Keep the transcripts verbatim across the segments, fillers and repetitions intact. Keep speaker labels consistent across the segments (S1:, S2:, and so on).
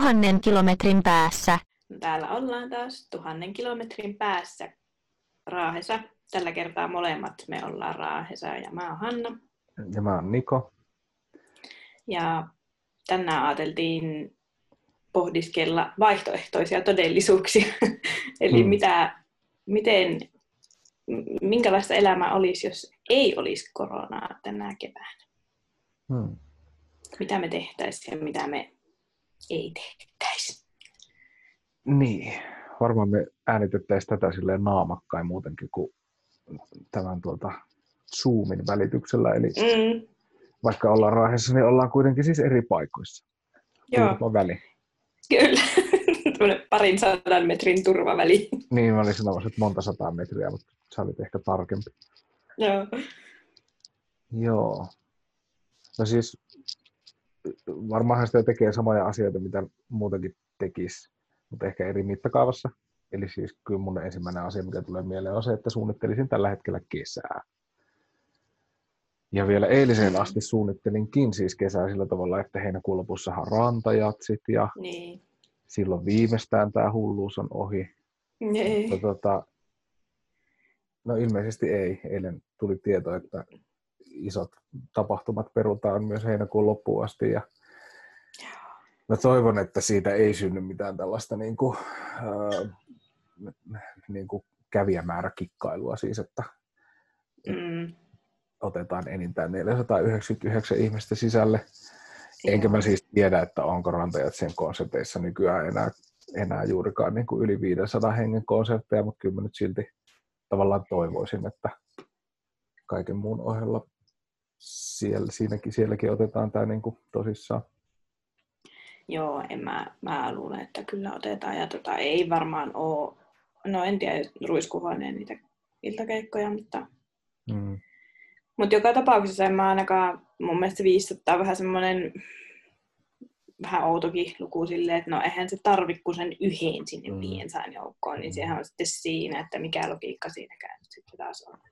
S1: tuhannen kilometrin päässä.
S2: Täällä ollaan taas tuhannen kilometrin päässä Raahessa. Tällä kertaa molemmat me ollaan Raahessa ja mä oon Hanna.
S3: Ja mä oon Niko.
S2: Ja tänään ajateltiin pohdiskella vaihtoehtoisia todellisuuksia. Eli hmm. mitä, miten, minkälaista elämää olisi, jos ei olisi koronaa tänä keväänä. Hmm. Mitä me tehtäisiin ja mitä me ei tehtäisi.
S3: Niin, varmaan me äänitettäisiin tätä silleen naamakkain muutenkin kuin tämän tuota Zoomin välityksellä. Eli mm. vaikka ollaan Raahessa, niin ollaan kuitenkin siis eri paikoissa.
S2: Joo.
S3: Turvaväli.
S2: Kyllä, tuollainen parin sadan metrin turvaväli.
S3: Niin, mä olin sanomassa, että monta sataa metriä, mutta sä olit ehkä tarkempi.
S2: Joo.
S3: Joo. No siis varmaanhan sitä tekee samoja asioita, mitä muutenkin tekisi, mutta ehkä eri mittakaavassa. Eli siis kyllä mun ensimmäinen asia, mikä tulee mieleen, on se, että suunnittelisin tällä hetkellä kesää. Ja vielä eiliseen asti suunnittelinkin siis kesää sillä tavalla, että heinäkuun lopussahan rantajatsit ja
S2: niin.
S3: Silloin viimeistään tämä hulluus on ohi.
S2: Niin.
S3: Mutta, tota, no ilmeisesti ei. Eilen tuli tieto, että isot tapahtumat perutaan myös heinäkuun loppuun asti. Ja mä toivon, että siitä ei synny mitään tällaista niin kuin, äh, niin kuin kävijämääräkikkailua. Siis, että mm. otetaan enintään neljäsataayhdeksänkymmentäyhdeksän ihmistä sisälle. Joo. Enkä mä siis tiedä, että onko rantajatsien konserteissa nykyään enää, enää juurikaan niin kuin yli viisisataa hengen konsertteja, mutta kyllä mä nyt silti tavallaan toivoisin, että kaiken muun ohella siellä, siinäkin, sielläkin otetaan tämä niin kuin tosissaan.
S2: Joo, en mä, mä luulen, että kyllä otetaan. Ja tota, ei varmaan ole, no en tiedä, ruiskuhuoneen niitä iltakeikkoja, mutta... Mm. Mutta joka tapauksessa en mä ainakaan, mun mielestä viisitoista vähän semmoinen vähän outokin luku silleen, että no eihän se tarvi kuin sen yhden sinne mm. viidensadan joukkoon, niin sehän on sitten siinä, että mikä logiikka siinäkään sitten taas on.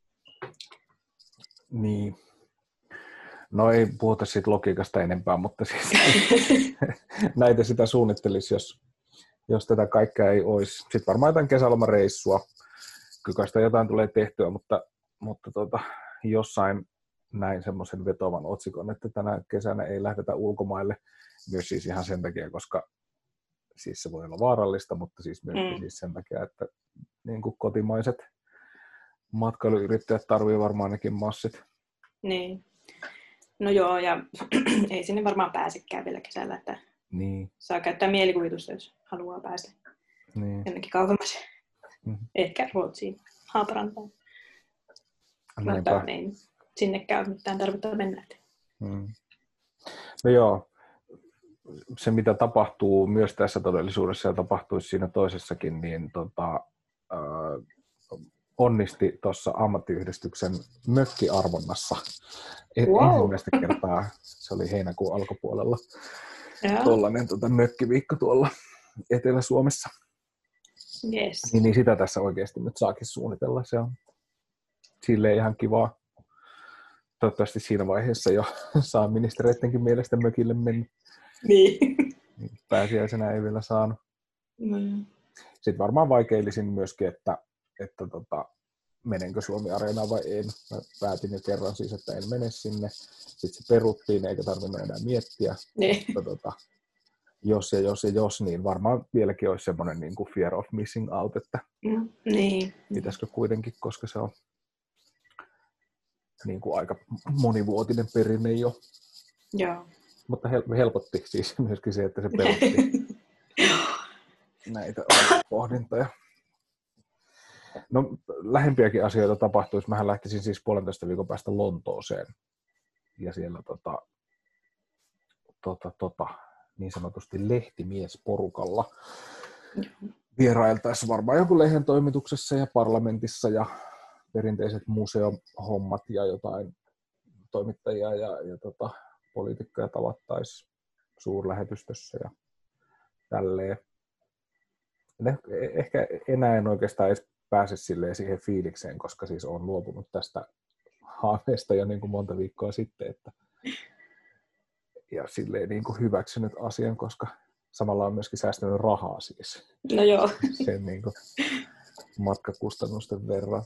S3: Niin. No ei puhuta siitä logiikasta enempää, mutta siis näitä sitä suunnittelisi, jos, jos tätä kaikkea ei olisi. Sitten varmaan jotain kesälomareissua, kyllä sitä jotain tulee tehtyä, mutta, mutta tota, jossain näin semmoisen vetovan otsikon, että tänä kesänä ei lähdetä ulkomaille, myös siis ihan sen takia, koska siis se voi olla vaarallista, mutta siis myös mm. siis sen takia, että niin kuin kotimaiset matkailuyrittäjät tarvii varmaan nekin massit.
S2: Niin. No joo, ja ei sinne varmaan pääsekään vielä kesällä, että
S3: niin.
S2: Saa käyttää mielikuvitusta, jos haluaa päästä
S3: niin.
S2: jonnekin kauemmas. Mm-hmm. Ehkä Ruotsiin, Haaparantaan. Mutta niin, sinnekään mitään tarvitse mennä. Mm.
S3: No joo, se mitä tapahtuu myös tässä todellisuudessa ja tapahtuisi siinä toisessakin, niin tota, äh, onnisti tuossa ammattiyhdistyksen mökkiarvonnassa wow. ensimmäistä kertaa. Se oli heinäkuun alkupuolella. Tuollainen tota, mökkiviikko tuolla Etelä-Suomessa.
S2: Yes.
S3: Niin, niin sitä tässä oikeasti nyt saakin suunnitella. Se on silleen ihan kivaa. Toivottavasti siinä vaiheessa jo saa ministereidenkin mielestä mökille mennä.
S2: Niin.
S3: Pääsiäisenä ei vielä saanut.
S2: Mm.
S3: Sitten varmaan vaikeilisin myöskin, että, että tota, menenkö Suomi-areenaan vai en. Mä päätin jo kerran siis, että en mene sinne. Sitten se peruttiin, eikä tarvinnut enää miettiä.
S2: Niin.
S3: Mutta, tota, jos ja jos ja jos, niin varmaan vieläkin olisi semmoinen niin kuin fear of missing out, että
S2: mm. niin.
S3: pitäisikö kuitenkin, koska se on niin kuin aika monivuotinen perinne jo.
S2: Joo.
S3: Mutta helpotti siis myöskin se, että se perutti näitä pohdintoja. No lähempiäkin asioita tapahtuisi. Mähän lähtisin siis puolentoista viikon päästä Lontooseen. Ja siellä tota, tota, tota, niin sanotusti lehtimiesporukalla vierailtaessa varmaan joku lehden toimituksessa ja parlamentissa ja perinteiset museohommat ja jotain toimittajia ja, ja tota, poliitikkoja tavattaisiin suurlähetystössä ja tälleen. Ehkä enää en oikeastaan edes pääse silleen siihen fiilikseen, koska siis olen luopunut tästä haaveesta jo niin kuin monta viikkoa sitten, että ja silleen niin kuin hyväksynyt asian, koska samalla on myöskin säästänyt rahaa siis.
S2: No joo.
S3: Sen niin kuin matkakustannusten verran.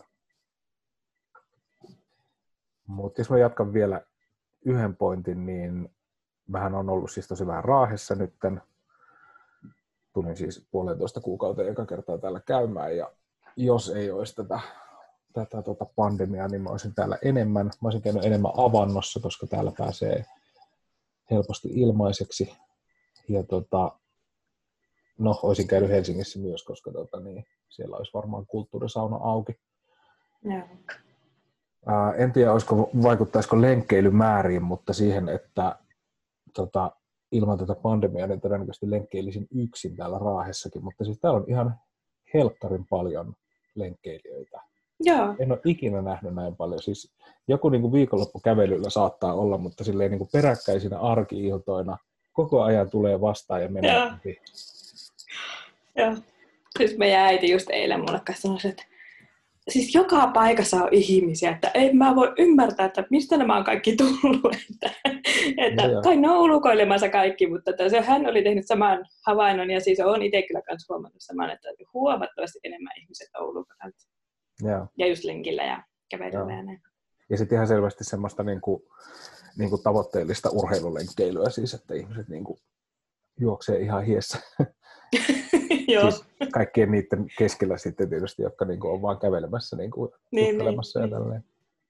S3: Mutta jos mä jatkan vielä yhden pointin, niin vähän on ollut siis tosi vähän Raahessa nytten. Tulin siis puolentoista kuukauteen eka kertaa täällä käymään, ja jos ei olisi tätä, tätä tota pandemiaa, niin mä olisin täällä enemmän. Mä olisin käynyt enemmän avannossa, koska täällä pääsee helposti ilmaiseksi. Ja tota, no, olisin käynyt Helsingissä myös, koska tota, niin, siellä olisi varmaan kulttuurisauna auki.
S2: Joo.
S3: Ää, en tiedä, olisiko, vaikuttaisiko lenkkeilymääriin, mutta siihen, että tota, ilman tätä pandemiaa niin todennäköisesti lenkkeilisin yksin täällä Raahessakin, mutta siis täällä on ihan helkkarin paljon lenkkeilijöitä.
S2: Joo.
S3: En ole ikinä nähnyt näin paljon. Siis joku niin kuin viikonloppukävelyllä saattaa olla, mutta silleen niin kuin peräkkäisinä arki-iltoina koko ajan tulee vastaan ja menee.
S2: Joo. Joo. Siis meidän äiti just eilen mulle kanssa sanoi, että siis joka paikassa on ihmisiä, että en mä voi ymmärtää, että mistä nämä on kaikki tullut. Että, että
S3: no,
S2: kai ne on ulkoilemassa kaikki, mutta että se, hän oli tehnyt saman havainnon ja siis on itse kyllä myös huomannut saman, että huomattavasti enemmän ihmiset on ulkona. Ja just lenkillä ja kävelyllä ja näin.
S3: Ja sitten ihan selvästi semmoista niinku, niinku tavoitteellista urheilulenkkeilyä siis, että ihmiset niinku juoksee ihan hiessä. Siis kaikkien niiden keskellä sitten tietysti, jotka niinku on vaan kävelemässä niinku
S2: niin,
S3: juttelemassa
S2: niin,
S3: ja tälleen.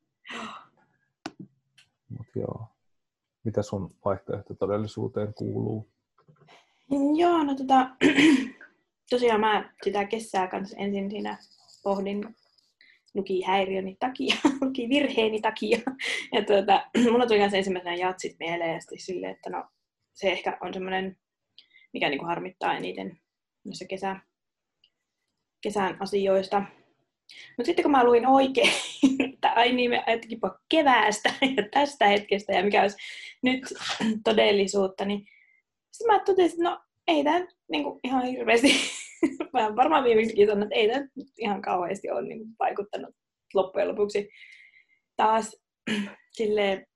S3: Mut joo. Mitä sun vaihtoehto todellisuuteen kuuluu?
S2: Joo, no tota, tosiaan mä sitä kesää kanssa ensin siinä pohdin lukihäiriöni takia, lukivirheeni takia. Ja tuota, mulla tuli kanssa ensimmäisenä jatsit mieleen ja sitten silleen, että no se ehkä on semmoinen, mikä niinku harmittaa eniten noissa kesä, kesän asioista. Mutta sitten kun mä luin oikein, että ai niin, me ajattelinkin keväästä ja tästä hetkestä ja mikä olisi nyt todellisuutta, niin sitten mä totesin, että no ei tämä niinku ihan hirveästi, mä varmaan viimeksikin sanoin, että ei tämä ihan kauheasti ole niinku vaikuttanut loppujen lopuksi. Taas silleen,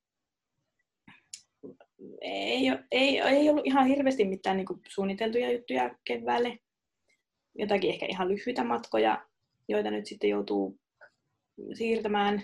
S2: ei, ei, ei ollut ihan hirveästi mitään niinku suunniteltuja juttuja keväälle. Jotakin ehkä ihan lyhyitä matkoja, joita nyt sitten joutuu siirtämään.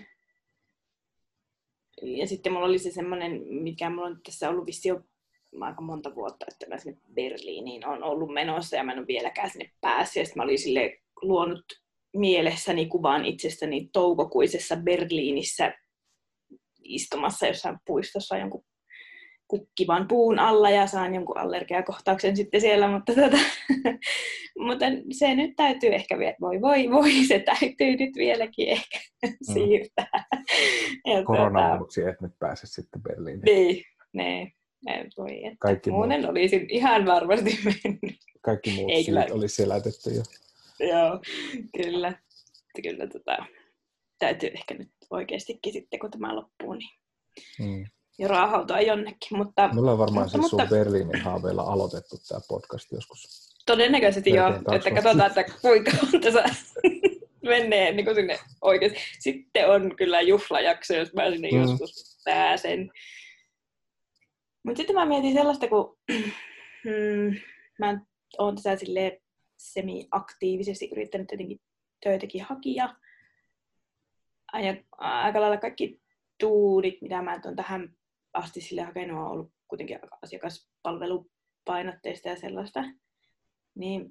S2: Ja sitten mulla oli se semmoinen, mikä mulla on tässä ollut vissi jo aika monta vuotta, että mä sinne Berliiniin on ollut menossa ja mä en ole vieläkään sinne päässyt. Ja sitten mä olin silleen luonut mielessäni kuvan itsestäni toukokuisessa Berliinissä istumassa jossain puistossa jonkun kukkivan puun alla ja saan jonkun allergiakohtauksen sitten siellä, mutta, tuota, mutta se nyt täytyy ehkä vielä, voi voi voi, se täytyy nyt vieläkin ehkä mm. siirtää.
S3: Koronan vuoksi et nyt pääse sitten Berliiniin.
S2: Niin, ne, voi, että kaikki muuten muut. Olisin ihan varmasti mennyt.
S3: Kaikki muut syyt olisi selätetty jo.
S2: Joo, kyllä. Kyllä tota, täytyy ehkä nyt oikeastikin sitten, kun tämä loppuu, niin mm. ja raahautua jonnekin. Mutta,
S3: mulla on varmaan
S2: mutta,
S3: siis sun
S2: mutta,
S3: Berliinin haaveilla aloitettu tämä podcast joskus.
S2: Todennäköisesti joo, että katsotaan, että kuinka on tässä menee niin sinne oikeasti. Sitten on kyllä juhlajakso, jos mä sinne mm. joskus pääsen. Mutta sitten mä mietin sellaista, kun hmm, mä oon tässä silleen semi-aktiivisesti yrittänyt jotenkin töitäkin hakia. Ja aika lailla kaikki tuudit, mitä mä oon tähän asti sille hakenut, on ollut kuitenkin asiakaspalvelupainotteista ja sellaista. Niin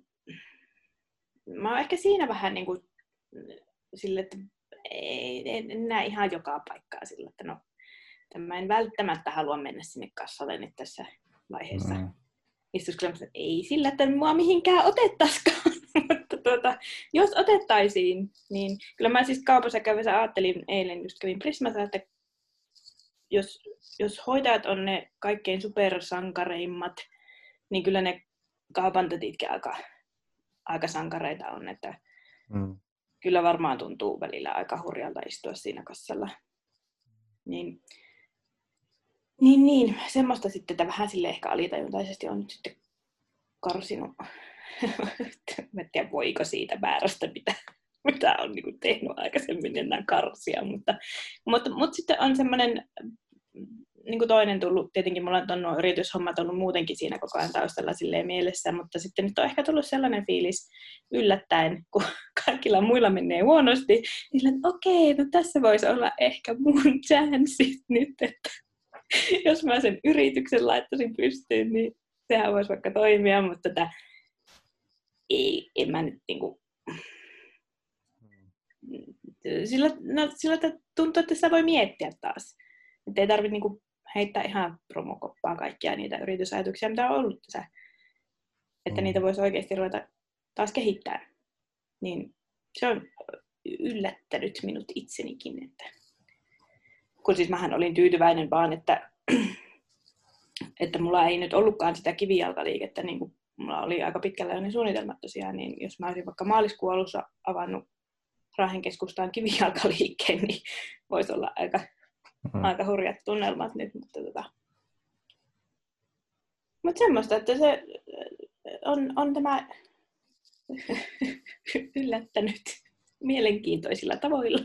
S2: mä oon ehkä siinä vähän niin kuin sille, että ei, en näe ihan joka paikkaa sillä, että no, että mä en välttämättä halua mennä sinne kassalle nyt tässä vaiheessa. Mm. Istuskelemaan, että ei sillä, että mua mihinkään otettaisikaan. Mutta tuota, jos otettaisiin, niin kyllä mä siis kaupassa käydessä ajattelin, eilen just kävin Prismassa, että jos, jos hoitajat on ne kaikkein supersankareimmat, niin kyllä ne kaupan tätitkin aika, aika sankareita on. Että mm. kyllä varmaan tuntuu välillä aika hurjalta istua siinä kassalla. Niin, niin, niin semmoista sitten, että vähän sille ehkä alitajuntaisesti on nyt sitten karsinut. Mä en tiedä, voiko siitä määrästä, mitä, mitä on niin kuin tehnyt aikaisemmin enää karsia, mutta, mutta, mutta sitten on semmoinen niin kuin toinen tullut, tietenkin mulla on nuo yrityshommat ollut muutenkin siinä koko ajan taustalla silleen mielessä, mutta sitten nyt on ehkä tullut sellainen fiilis yllättäen, kun kaikilla muilla menee huonosti, niin että okei, no tässä voisi olla ehkä mun chanssit nyt, että jos mä sen yrityksen laittaisin pystyyn, niin sehän voisi vaikka toimia, mutta tätä ei, en mä nyt niinku... Sillä, no, sillä tuntuu, että sitä voi miettiä taas. Että ei tarvitse niinku heittää ihan promokoppaa kaikkia niitä yritysajatuksia, mitä on ollut tässä. Että mm. niitä voisi oikeasti ruveta taas kehittää. Niin se on yllättänyt minut itsenikin. Että... Kun siis mähän olin tyytyväinen vaan, että, että mulla ei nyt ollutkaan sitä kivijalkaliikettä, niin kuin mulla oli aika pitkällä jo ne suunnitelmat tosiaan, niin jos mä olisin vaikka maaliskuun alussa avannut Raahen keskustaan kivijalkaliikkeen, niin voisi olla aika, mm. aika hurjat tunnelmat nyt. Mutta, tota. Mutta semmoista, että se on, on tämä yllättänyt mielenkiintoisilla tavoilla.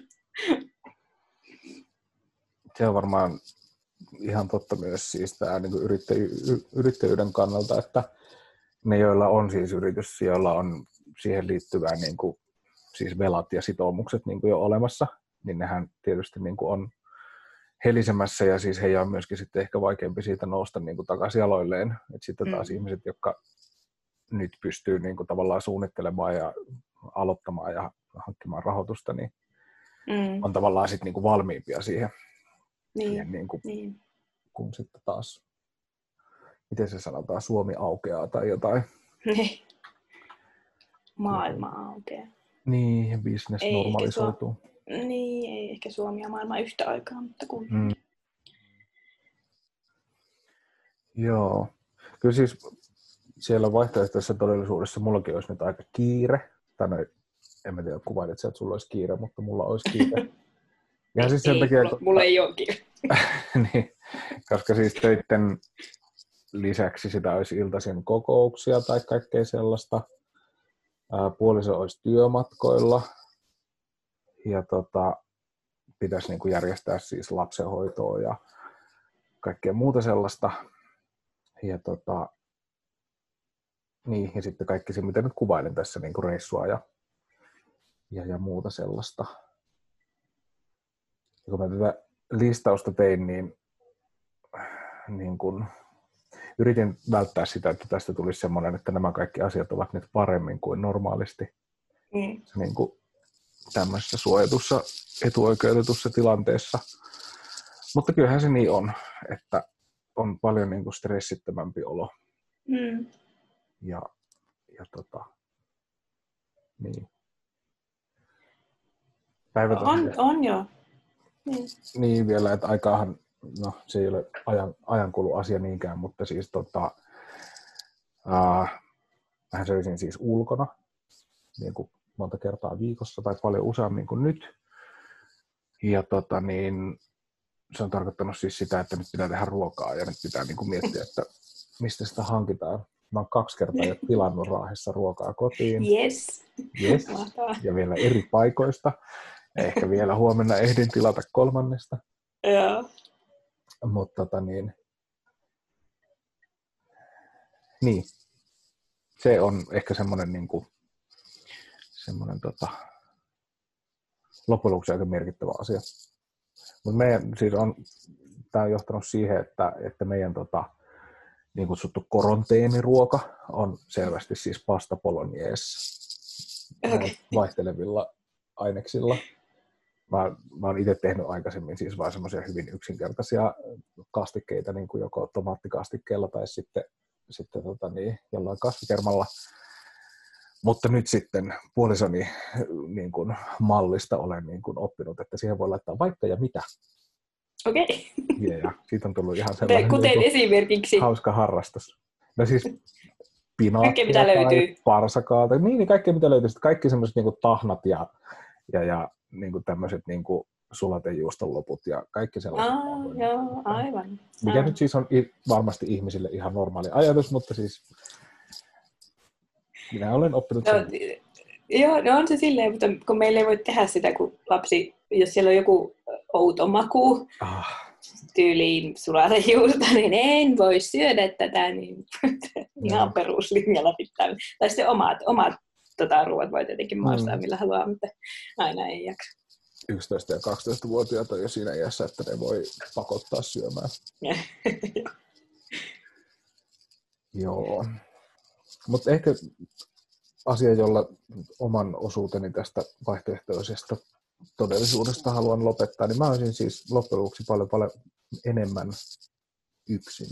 S3: Se on varmaan ihan totta myös siis tämä niin kuin yrittäjy- yrittäjyyden kannalta, että ne, joilla on siis yritys, joilla on siihen liittyvää niin kuin, siis velat ja sitoumukset niin kuin jo olemassa, niin nehän tietysti niin kuin on helisemässä ja siis heidän on myöskin sitten ehkä vaikeampi siitä nousta niin kuin takaisin jaloilleen. Et sitten taas mm. ihmiset, jotka nyt pystyy niin kuin tavallaan suunnittelemaan ja aloittamaan ja hankkimaan rahoitusta, niin mm. on tavallaan sitten niin kuin valmiimpia siihen.
S2: Niin,
S3: siihen niin kuin,
S2: niin.
S3: kun sitten taas, miten se sanotaan, Suomi aukeaa tai jotain.
S2: Maailma aukeaa.
S3: Niin, ja business ei normalisoituu.
S2: Suom- niin, ei ehkä Suomi ja maailma yhtä aikaa, mutta kuitenkin. Mm.
S3: Joo. Kyllä siis siellä vaihtoehtoisessa todellisuudessa mullakin olisi nyt aika kiire. Tai no, en mä tiedä, kuvailit sä, että sulla olisi kiire, mutta mulla olisi kiire. Ja
S2: ei,
S3: siis sen
S2: ei,
S3: takia,
S2: mulla, mulla ei ole kiire.
S3: niin, koska siis töiden lisäksi sitä olisi iltaisin kokouksia tai kaikkea sellaista. Puoliso olisi työmatkoilla ja tota, pitäisi niin kuin järjestää siis lapsenhoitoa ja kaikkea muuta sellaista. Ja, tota, niin, ja sitten kaikki se, mitä nyt kuvailin tässä, niin kuin reissua ja, ja, ja muuta sellaista. Ja kun mä tätä listausta tein, niin, niin kun yritin välttää sitä, että tästä tulisi semmoinen, että nämä kaikki asiat ovat nyt paremmin kuin normaalisti. Mm. Niin kuin tämmöisessä suojatussa, etuoikeutetussa tilanteessa. Mutta kyllähän se niin on, että on paljon niin kuin stressittömämpi olo. Mm. Ja, ja tota, niin. Päivät on,
S2: on, on joo.
S3: Niin. niin vielä, että aikaahan, no se ei ole ajan, ajankulu asia niinkään, mutta siis tota, äh, mähän söisin siis ulkona niin kuin monta kertaa viikossa tai paljon useammin kuin nyt. Ja tota niin, se on tarkoittanut siis sitä, että nyt pitää tehdä ruokaa ja nyt pitää niin kuin miettiä, että mistä sitä hankitaan. Mä oon kaksi kertaa jo tilannut Raahessa ruokaa kotiin.
S2: Yes.
S3: Yes. Ja vielä eri paikoista. Ehkä vielä huomenna ehdin tilata kolmannesta.
S2: Joo.
S3: Mutta tota niin, niin, se on ehkä semmoinen niin kuin, semmoinen tota, loppujen lopuksi aika merkittävä asia. Mutta meidän siis on, tämä on johtanut siihen, että, että meidän tota, niin kutsuttu koronteeniruoka on selvästi siis pasta bolognese okay. vaihtelevilla aineksilla. Mä, mä oon itse tehnyt aikaisemmin siis vaan semmoisia hyvin yksinkertaisia kastikkeita, niin kuin joko tomaattikastikkeella tai sitten, sitten tota niin, jollain kasvikermalla. Mutta nyt sitten puolisoni niin kuin mallista olen niin kuin oppinut, että siihen voi laittaa vaikka ja mitä.
S2: Okei. Okay.
S3: Ja, ja siitä on tullut ihan sellainen
S2: kuten niin esimerkiksi
S3: hauska harrastus. No siis pinaattia
S2: mitä löytyy.
S3: Parsakaata, niin, niin kaikkea mitä löytyy. Sitten kaikki semmoiset niin kuin tahnat ja, ja, ja niin kuin tämmöiset niin kuin sulatejuuston loput ja kaikki sellaiset.
S2: Aa, joo, aivan.
S3: Mikä
S2: Aa.
S3: nyt siis on varmasti ihmisille ihan normaali ajatus, mutta siis minä olen oppinut
S2: no,
S3: sen.
S2: Joo, no on se silleen, mutta kun meillä ei voi tehdä sitä, kun lapsi, jos siellä on joku outo maku,
S3: ah.
S2: tyyliin sulata juusta, niin en voi syödä tätä, niin ihan peruslinjalla pitää. Tai sitten omat, omat tota, ruoat voi tietenkin maistaa, mm. millä haluaa, mutta aina ei jaksa.
S3: yksitoista- ja kaksitoistavuotiaat on jo siinä iässä, että ne voi pakottaa syömään. Joo. Mutta ehkä asia, jolla oman osuuteni tästä vaihtoehtoisesta todellisuudesta haluan lopettaa, niin mä olisin siis loppujen lopuksi paljon, paljon enemmän yksin,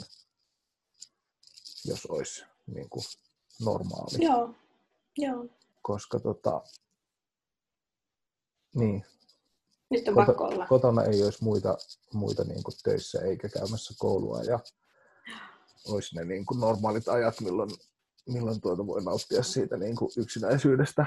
S3: jos olisi niin kuin normaali.
S2: Joo, joo.
S3: Koska tota, niin.
S2: Nyt on
S3: Kota,
S2: pakko olla.
S3: Kotona ei olisi muita, muita niin kuin töissä eikä käymässä koulua ja olisi ne niin kuin normaalit ajat, milloin, milloin tuota voi nauttia siitä niin kuin yksinäisyydestä.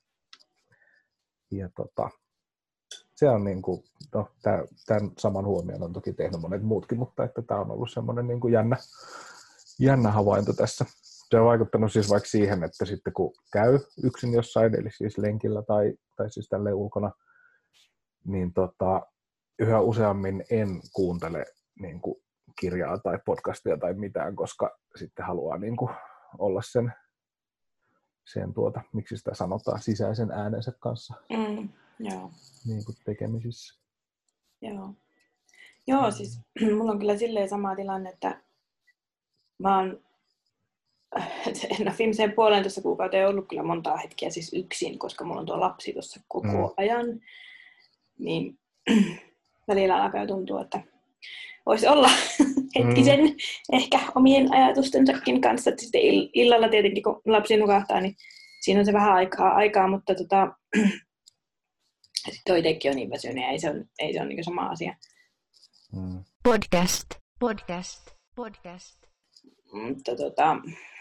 S3: Ja tota, se on niin kuin, no, tämän saman huomioon on toki tehnyt monet muutkin, mutta että tämä on ollut semmoinen niin kuin jännä, jännä havainto tässä. Se on vaikuttanut siis vaikka siihen, että sitten kun käy yksin jossain, eli siis lenkillä tai, tai siis tälleen ulkona, niin tota, yhä useammin en kuuntele niin kuin kirjaa tai podcastia tai mitään, koska sitten haluaa niin kuin olla sen, sen tuota, miksi sitä sanotaan, sisäisen äänensä kanssa
S2: Mm, joo.
S3: niin kuin tekemisissä.
S2: Joo. Joo, siis mulla on kyllä silleen sama tilanne, että mä oon no, viimeiseen puolentoista kuukauteen on ollut kyllä montaa hetkiä siis yksin, koska mulla on tuo lapsi tuossa koko mm. ajan. Niin välillä alkaa tuntua, että voisi olla hetkisen mm. ehkä omien ajatustensakin kanssa. Että sitten illalla tietenkin, kun lapsi nukahtaa, niin siinä on se vähän aikaa, aikaa mutta tota, sitten itsekin on niin väsynyt ja ei se ole, ei se ole niin sama asia.
S1: Mm. Podcast, podcast, podcast.
S2: Mutta tota,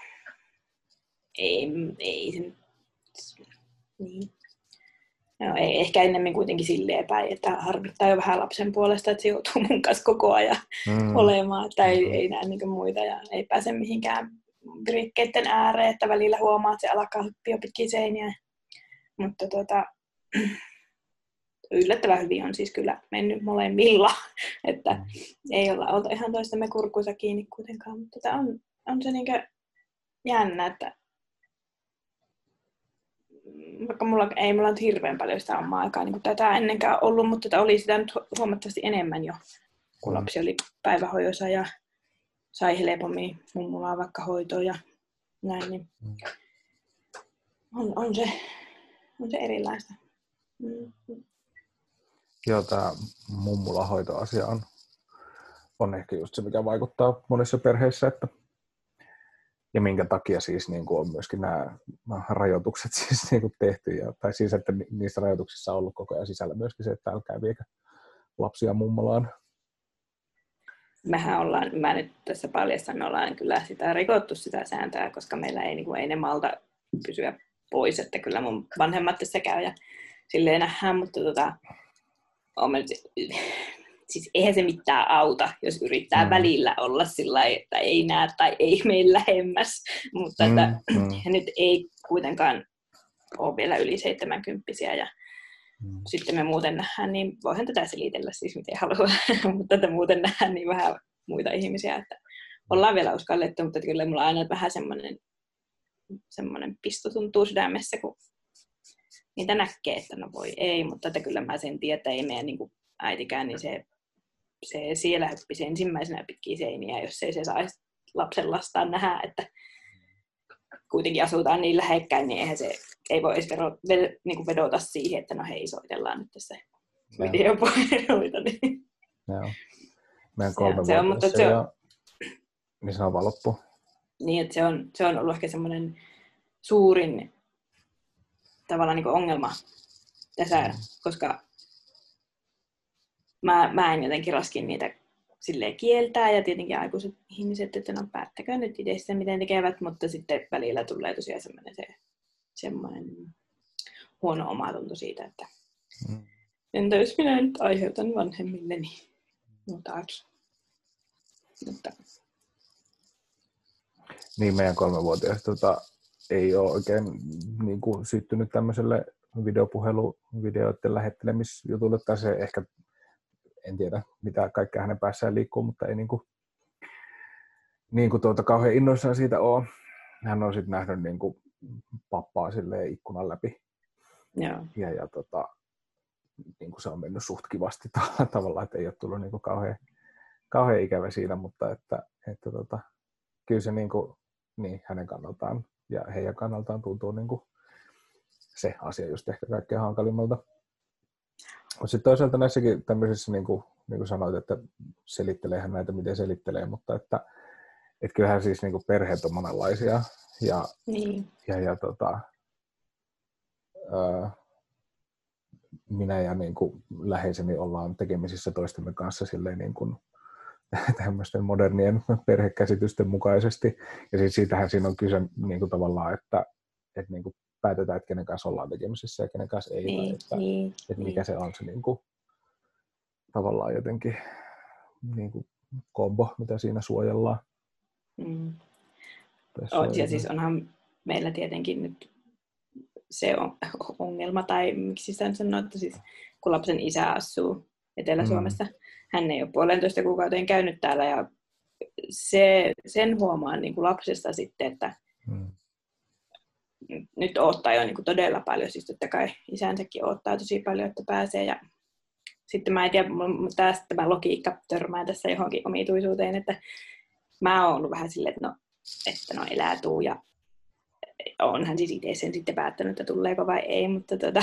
S2: ei, ei sen, niin. No, ei, ehkä ennemmin kuitenkin silleen päin, että harmittaa jo vähän lapsen puolesta, että se joutuu mun kanssa koko ajan mm. olemaan, että ei, ei näe niin muita ja ei pääse mihinkään virikkeiden ääreen, että välillä huomaa, että se alkaa hyppiä pitkin seiniä. Mutta tota, yllättävän hyvin on siis kyllä mennyt molemmilla, että mm. ei olla oltu ihan toistamme kurkuissa kiinni kuitenkaan, mutta tämä on, on se niinkö jännä, että vaikka mulla ei mulla nyt hirveän paljon sitä omaa aikaa niin kuin tätä ennenkään ollut, mutta tätä oli sitä nyt huomattavasti enemmän jo, kun lapsi oli päivähoidossa ja sai helpommin mummulaa vaikka hoitoa ja näin, niin on, on, se, on se erilaista. Mm.
S3: Joo, tämä mummulahoitoasia on, on ehkä just se, mikä vaikuttaa monissa perheissä, että ja minkä takia siis niin kuin on myöskin nämä rajoitukset siis niin kuin tehty, ja, tai siis, että niissä rajoituksissa on ollut koko ajan sisällä myöskin se, että älkää viekö lapsia mummolaan.
S2: Mehän ollaan, mä nyt tässä paljastan, me ollaan kyllä sitä rikottu sitä sääntöä, koska meillä ei, niin kuin, ei ne malta pysyä pois, että kyllä mun vanhemmat tässä käy ja silleen nähdään, mutta tota, on nyt, siis eihän se mitään auta, jos yrittää mm. välillä olla sillä lailla, että ei näe tai ei mene lähemmäs, mutta mm, että, mm. nyt ei kuitenkaan ole vielä yli seitsemänkymppisiä ja mm. sitten me muuten nähdään, niin voihan tätä selitellä siis miten haluaa, mutta että muuten nähdään niin vähän muita ihmisiä, että ollaan vielä uskallettu, mutta kyllä mulla aina vähän semmoinen, semmoinen pisto tuntuu sydämessä, kun niitä näkee, että no voi ei, mutta että kyllä mä sen tiedän, että ei meidän niin kuin äitikään, niin se se siellä hyppisi ensimmäisenä pitkiä seiniä, jos ei se saisi lapsen lastaan nähdä, että kuitenkin asutaan niin lähekkäin, niin eihän se ei voi edes vero, ved, niin kuin vedota siihen, että no hei, soitellaan nyt tässä videopuheluita. Niin.
S3: Joo. Meidän kolme
S2: se on, mutta se on,
S3: niin se on vaan loppu.
S2: Niin, että se on, se on ollut ehkä semmoinen suurin tavallaan niin kuin ongelma tässä, mm. koska Mä, mä en jotenkin raskin niitä silleen kieltää ja tietenkin aikuiset ihmiset, että no päättäkää nyt itse sitä, miten tekevät, mutta sitten välillä tulee tosiaan semmoinen, se, semmoinen huono omatunto siitä, että mm. entä jos minä nyt aiheutan vanhemmilleni jotakin. Mutta...
S3: Niin, meidän kolmevuotias tota, ei ole oikein niin kuin, syttynyt tämmöiselle videopuhelu, videoiden lähettelemisjutulle, tai se ehkä en tiedä, mitä kaikkea hänen päässään liikkuu, mutta ei niin kuin, niin kuin tuota, kauhean innoissaan siitä ole. Hän on sitten nähnyt niin kuin pappaa silleen ikkunan läpi.
S2: Joo.
S3: Ja, ja tota, niin kuin se on mennyt suht kivasti tavallaan, että ei ole tullut niin kuin kauhean, kauhean ikävä siinä, mutta että, että tota, kyllä se niin kuin, niin, hänen kannaltaan ja heidän kannaltaan tuntuu niin kuin se asia just ehkä kaikkein hankalimmalta. Mutta sitten toisaalta näissäkin tämmöisissä, niin kuin, niin kuin sanoit, että selitteleehän näitä miten selittelee, mutta että et kyllähän siis niin kuin perheet on monenlaisia ja,
S2: niin.
S3: ja, ja tota, ää, minä ja niin kuin läheiseni ollaan tekemisissä toistemme kanssa silleen niin kuin tämmöisten modernien perhekäsitysten mukaisesti. Ja siis siitähän siinä on kyse niin kuin tavallaan, että, että niin kuin päätetään, että kenen kanssa ollaan tekemisissä ja kenen kanssa ei.
S2: Niin,
S3: tai että,
S2: niin,
S3: että mikä
S2: niin.
S3: se on se niin kuin, tavallaan jotenkin niin kuin kombo, mitä siinä suojellaan.
S2: Mm. O, ja siis onhan meillä tietenkin nyt se on ongelma, tai miksi sitä sanoo, että siis kun lapsen isä asuu Etelä-Suomessa, mm. hän ei ole puolentoista kuukauteen käynyt täällä, ja se, sen huomaan niin kuin lapsesta sitten, että mm. nyt odottaa jo niin kuin todella paljon, siis totta kai isänsäkin odottaa tosi paljon, että pääsee, ja sitten mä en tiedä, tästä tämä logiikka törmää tässä johonkin omituisuuteen, että mä oon ollut vähän silleen, että no, että no elää tuu, ja onhan siis itse sen sitten päättänyt, että tuleeko vai ei, mutta tota,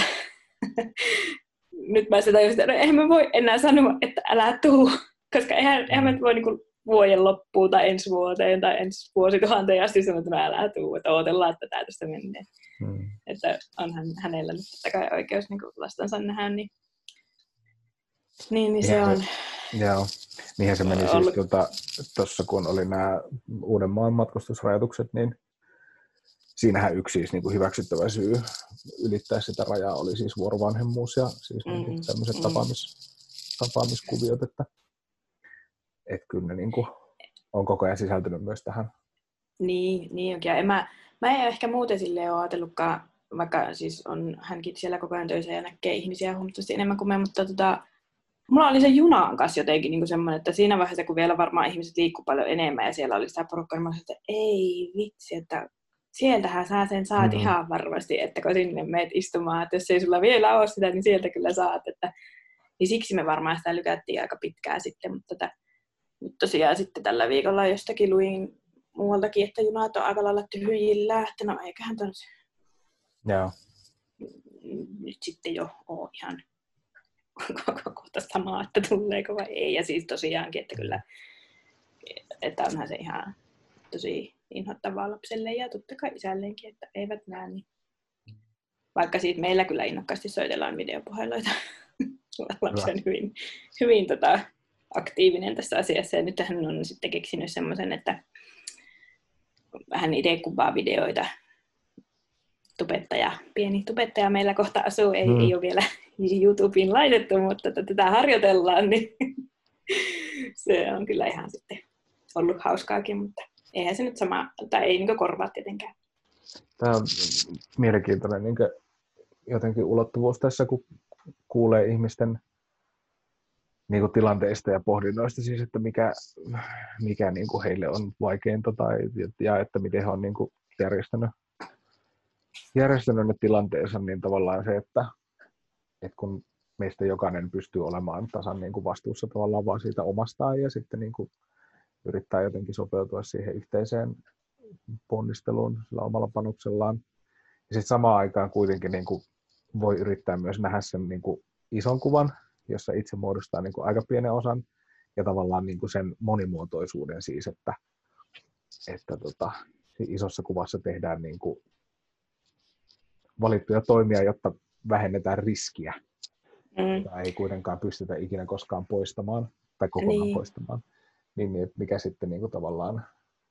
S2: nyt mä sitä just, että no, eihän mä voi enää sanoa, että älä tuu, koska eihän, eihän mä voi niinku vuoden loppuun tai ensi vuoteen tai ensi vuosituhanteen asti sanoa, että mä älä tuu, että odotellaan, että tää tästä menee. Hmm. Että onhan hänellä nyt totta kai oikeus niin lastansa nähdä, niin, niin, niin se on.
S3: Joo, niinhän se meni ollut. Siis tuossa, tuota, kun oli nämä Uudenmaan matkustusrajoitukset, niin siinähän yksi siis niin kuin hyväksyttävä syy ylittää sitä rajaa oli siis vuorovanhemmuus ja siis mm-hmm. niin tämmöiset mm-hmm. tapaamis, tapaamiskuviot, että et kyllä ne niin kuin on koko ajan sisältynyt myös tähän.
S2: Niin, niin ja mä, mä en ehkä muuten silleen ole ajatellutkaan, vaikka siis on hänkin siellä koko ajan töissä ja näkee ihmisiä huomattavasti enemmän kuin me, mutta tota, mulla oli se junan kanssa jotenkin niin kuin semmoinen, että siinä vaiheessa, kun vielä varmaan ihmiset liikkuu paljon enemmän ja siellä oli sitä porukkaa, niin mä olisin, että ei vitsi, että sieltähän sä sen saat mm-hmm. ihan varmasti, että kun sinne meet istumaan, että jos ei sulla vielä ole sitä, niin sieltä kyllä saat. Että, niin siksi me varmaan sitä lykättiin aika pitkään sitten, mutta tätä, nyt tosiaan sitten tällä viikolla jostakin luin muualtakin, että junat on aika lailla tyhjillä, että no eiköhän tonne
S3: Joo.
S2: nyt sitten jo ole ihan kohta samaa, että tuleeko vai ei. Ja siis tosiaankin, että kyllä, että onhan se ihan tosi inhottavaa lapselle ja totta kai isälleenkin, että eivät näe. Niin. Vaikka siitä meillä kyllä innokkaasti soitellaan videopuheluita. Lapsi on hyvin, hyvin tota, aktiivinen tässä asiassa. Ja nyt hän on sitten keksinyt semmoisen, että hän itse kuvaa videoita. Tubettaja, pieni tubettaja meillä kohta asuu. Ei, hmm. ei ole vielä YouTubeen laitettu, mutta tätä harjoitellaan. Niin se on kyllä ihan sitten ollut hauskaakin, mutta eihän se nyt sama, tai ei niin korvaa tietenkään.
S3: Tämä on mielenkiintoinen niin jotenkin ulottuvuus tässä, kun kuulee ihmisten niin tilanteista ja pohdinnoista, siis, että mikä, mikä niin heille on vaikeinta tai, ja että miten he on niin järjestänyt, järjestänyt ne tilanteensa, niin tavallaan se, että, että kun meistä jokainen pystyy olemaan tasan niin vastuussa tavallaan vaan siitä omastaan ja sitten niin yrittää jotenkin sopeutua siihen yhteiseen ponnisteluun sillä omalla panoksellaan. Ja sitten samaan aikaan kuitenkin niin kuin voi yrittää myös nähdä sen niin kuin ison kuvan, jossa itse muodostaa niin kuin aika pienen osan, ja tavallaan niin kuin sen monimuotoisuuden siis, että, että tota, isossa kuvassa tehdään niin kuin valittuja toimia, jotta vähennetään riskiä, mm. jota ei kuitenkaan pystytä ikinä koskaan poistamaan tai kokonaan niin. poistamaan. Niin, niin mikä sitten niin kuin tavallaan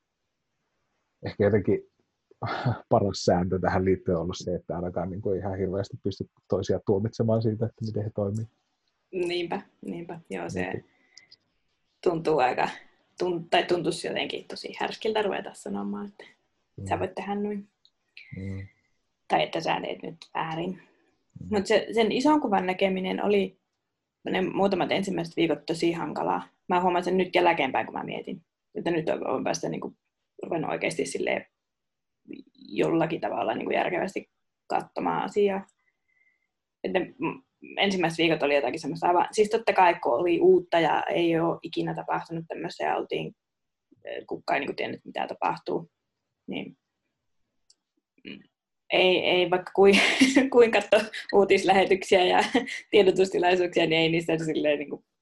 S3: ehkä jotenkin paras sääntö tähän liittyen on ollut se, että ainakaan niin kuin ihan hirveästi pysty toisia tuomitsemaan siitä, että miten he toimii.
S2: Niinpä, niinpä. Joo, se niin. tuntuu aika, tunt, tai tuntuisi jotenkin tosi härskiltä ruveta sanomaan, että mm. sä voit tehdä noin. Mm. Tai että sä teet nyt väärin. Mm. Mutta se, sen ison kuvan näkeminen oli ne muutamat ensimmäiset viikot tosi hankalaa. Mä huomaan sen nyt jälkeenpäin, kun mä mietin. Että nyt on päästä niin kuin, ruvennut oikeasti silleen jollakin tavalla niin kuin järkevästi katsomaan asiaa. Että ensimmäiset viikot oli jotakin semmoista aivan, siis totta kai kun oli uutta ja ei ole ikinä tapahtunut tämmöistä ja oltiin, kukaan ei niin kuin tiennyt mitä tapahtuu, niin ei, ei vaikka kuin, kuin katso uutislähetyksiä ja tiedotustilaisuuksia, niin ei niistä silleen niin kuin,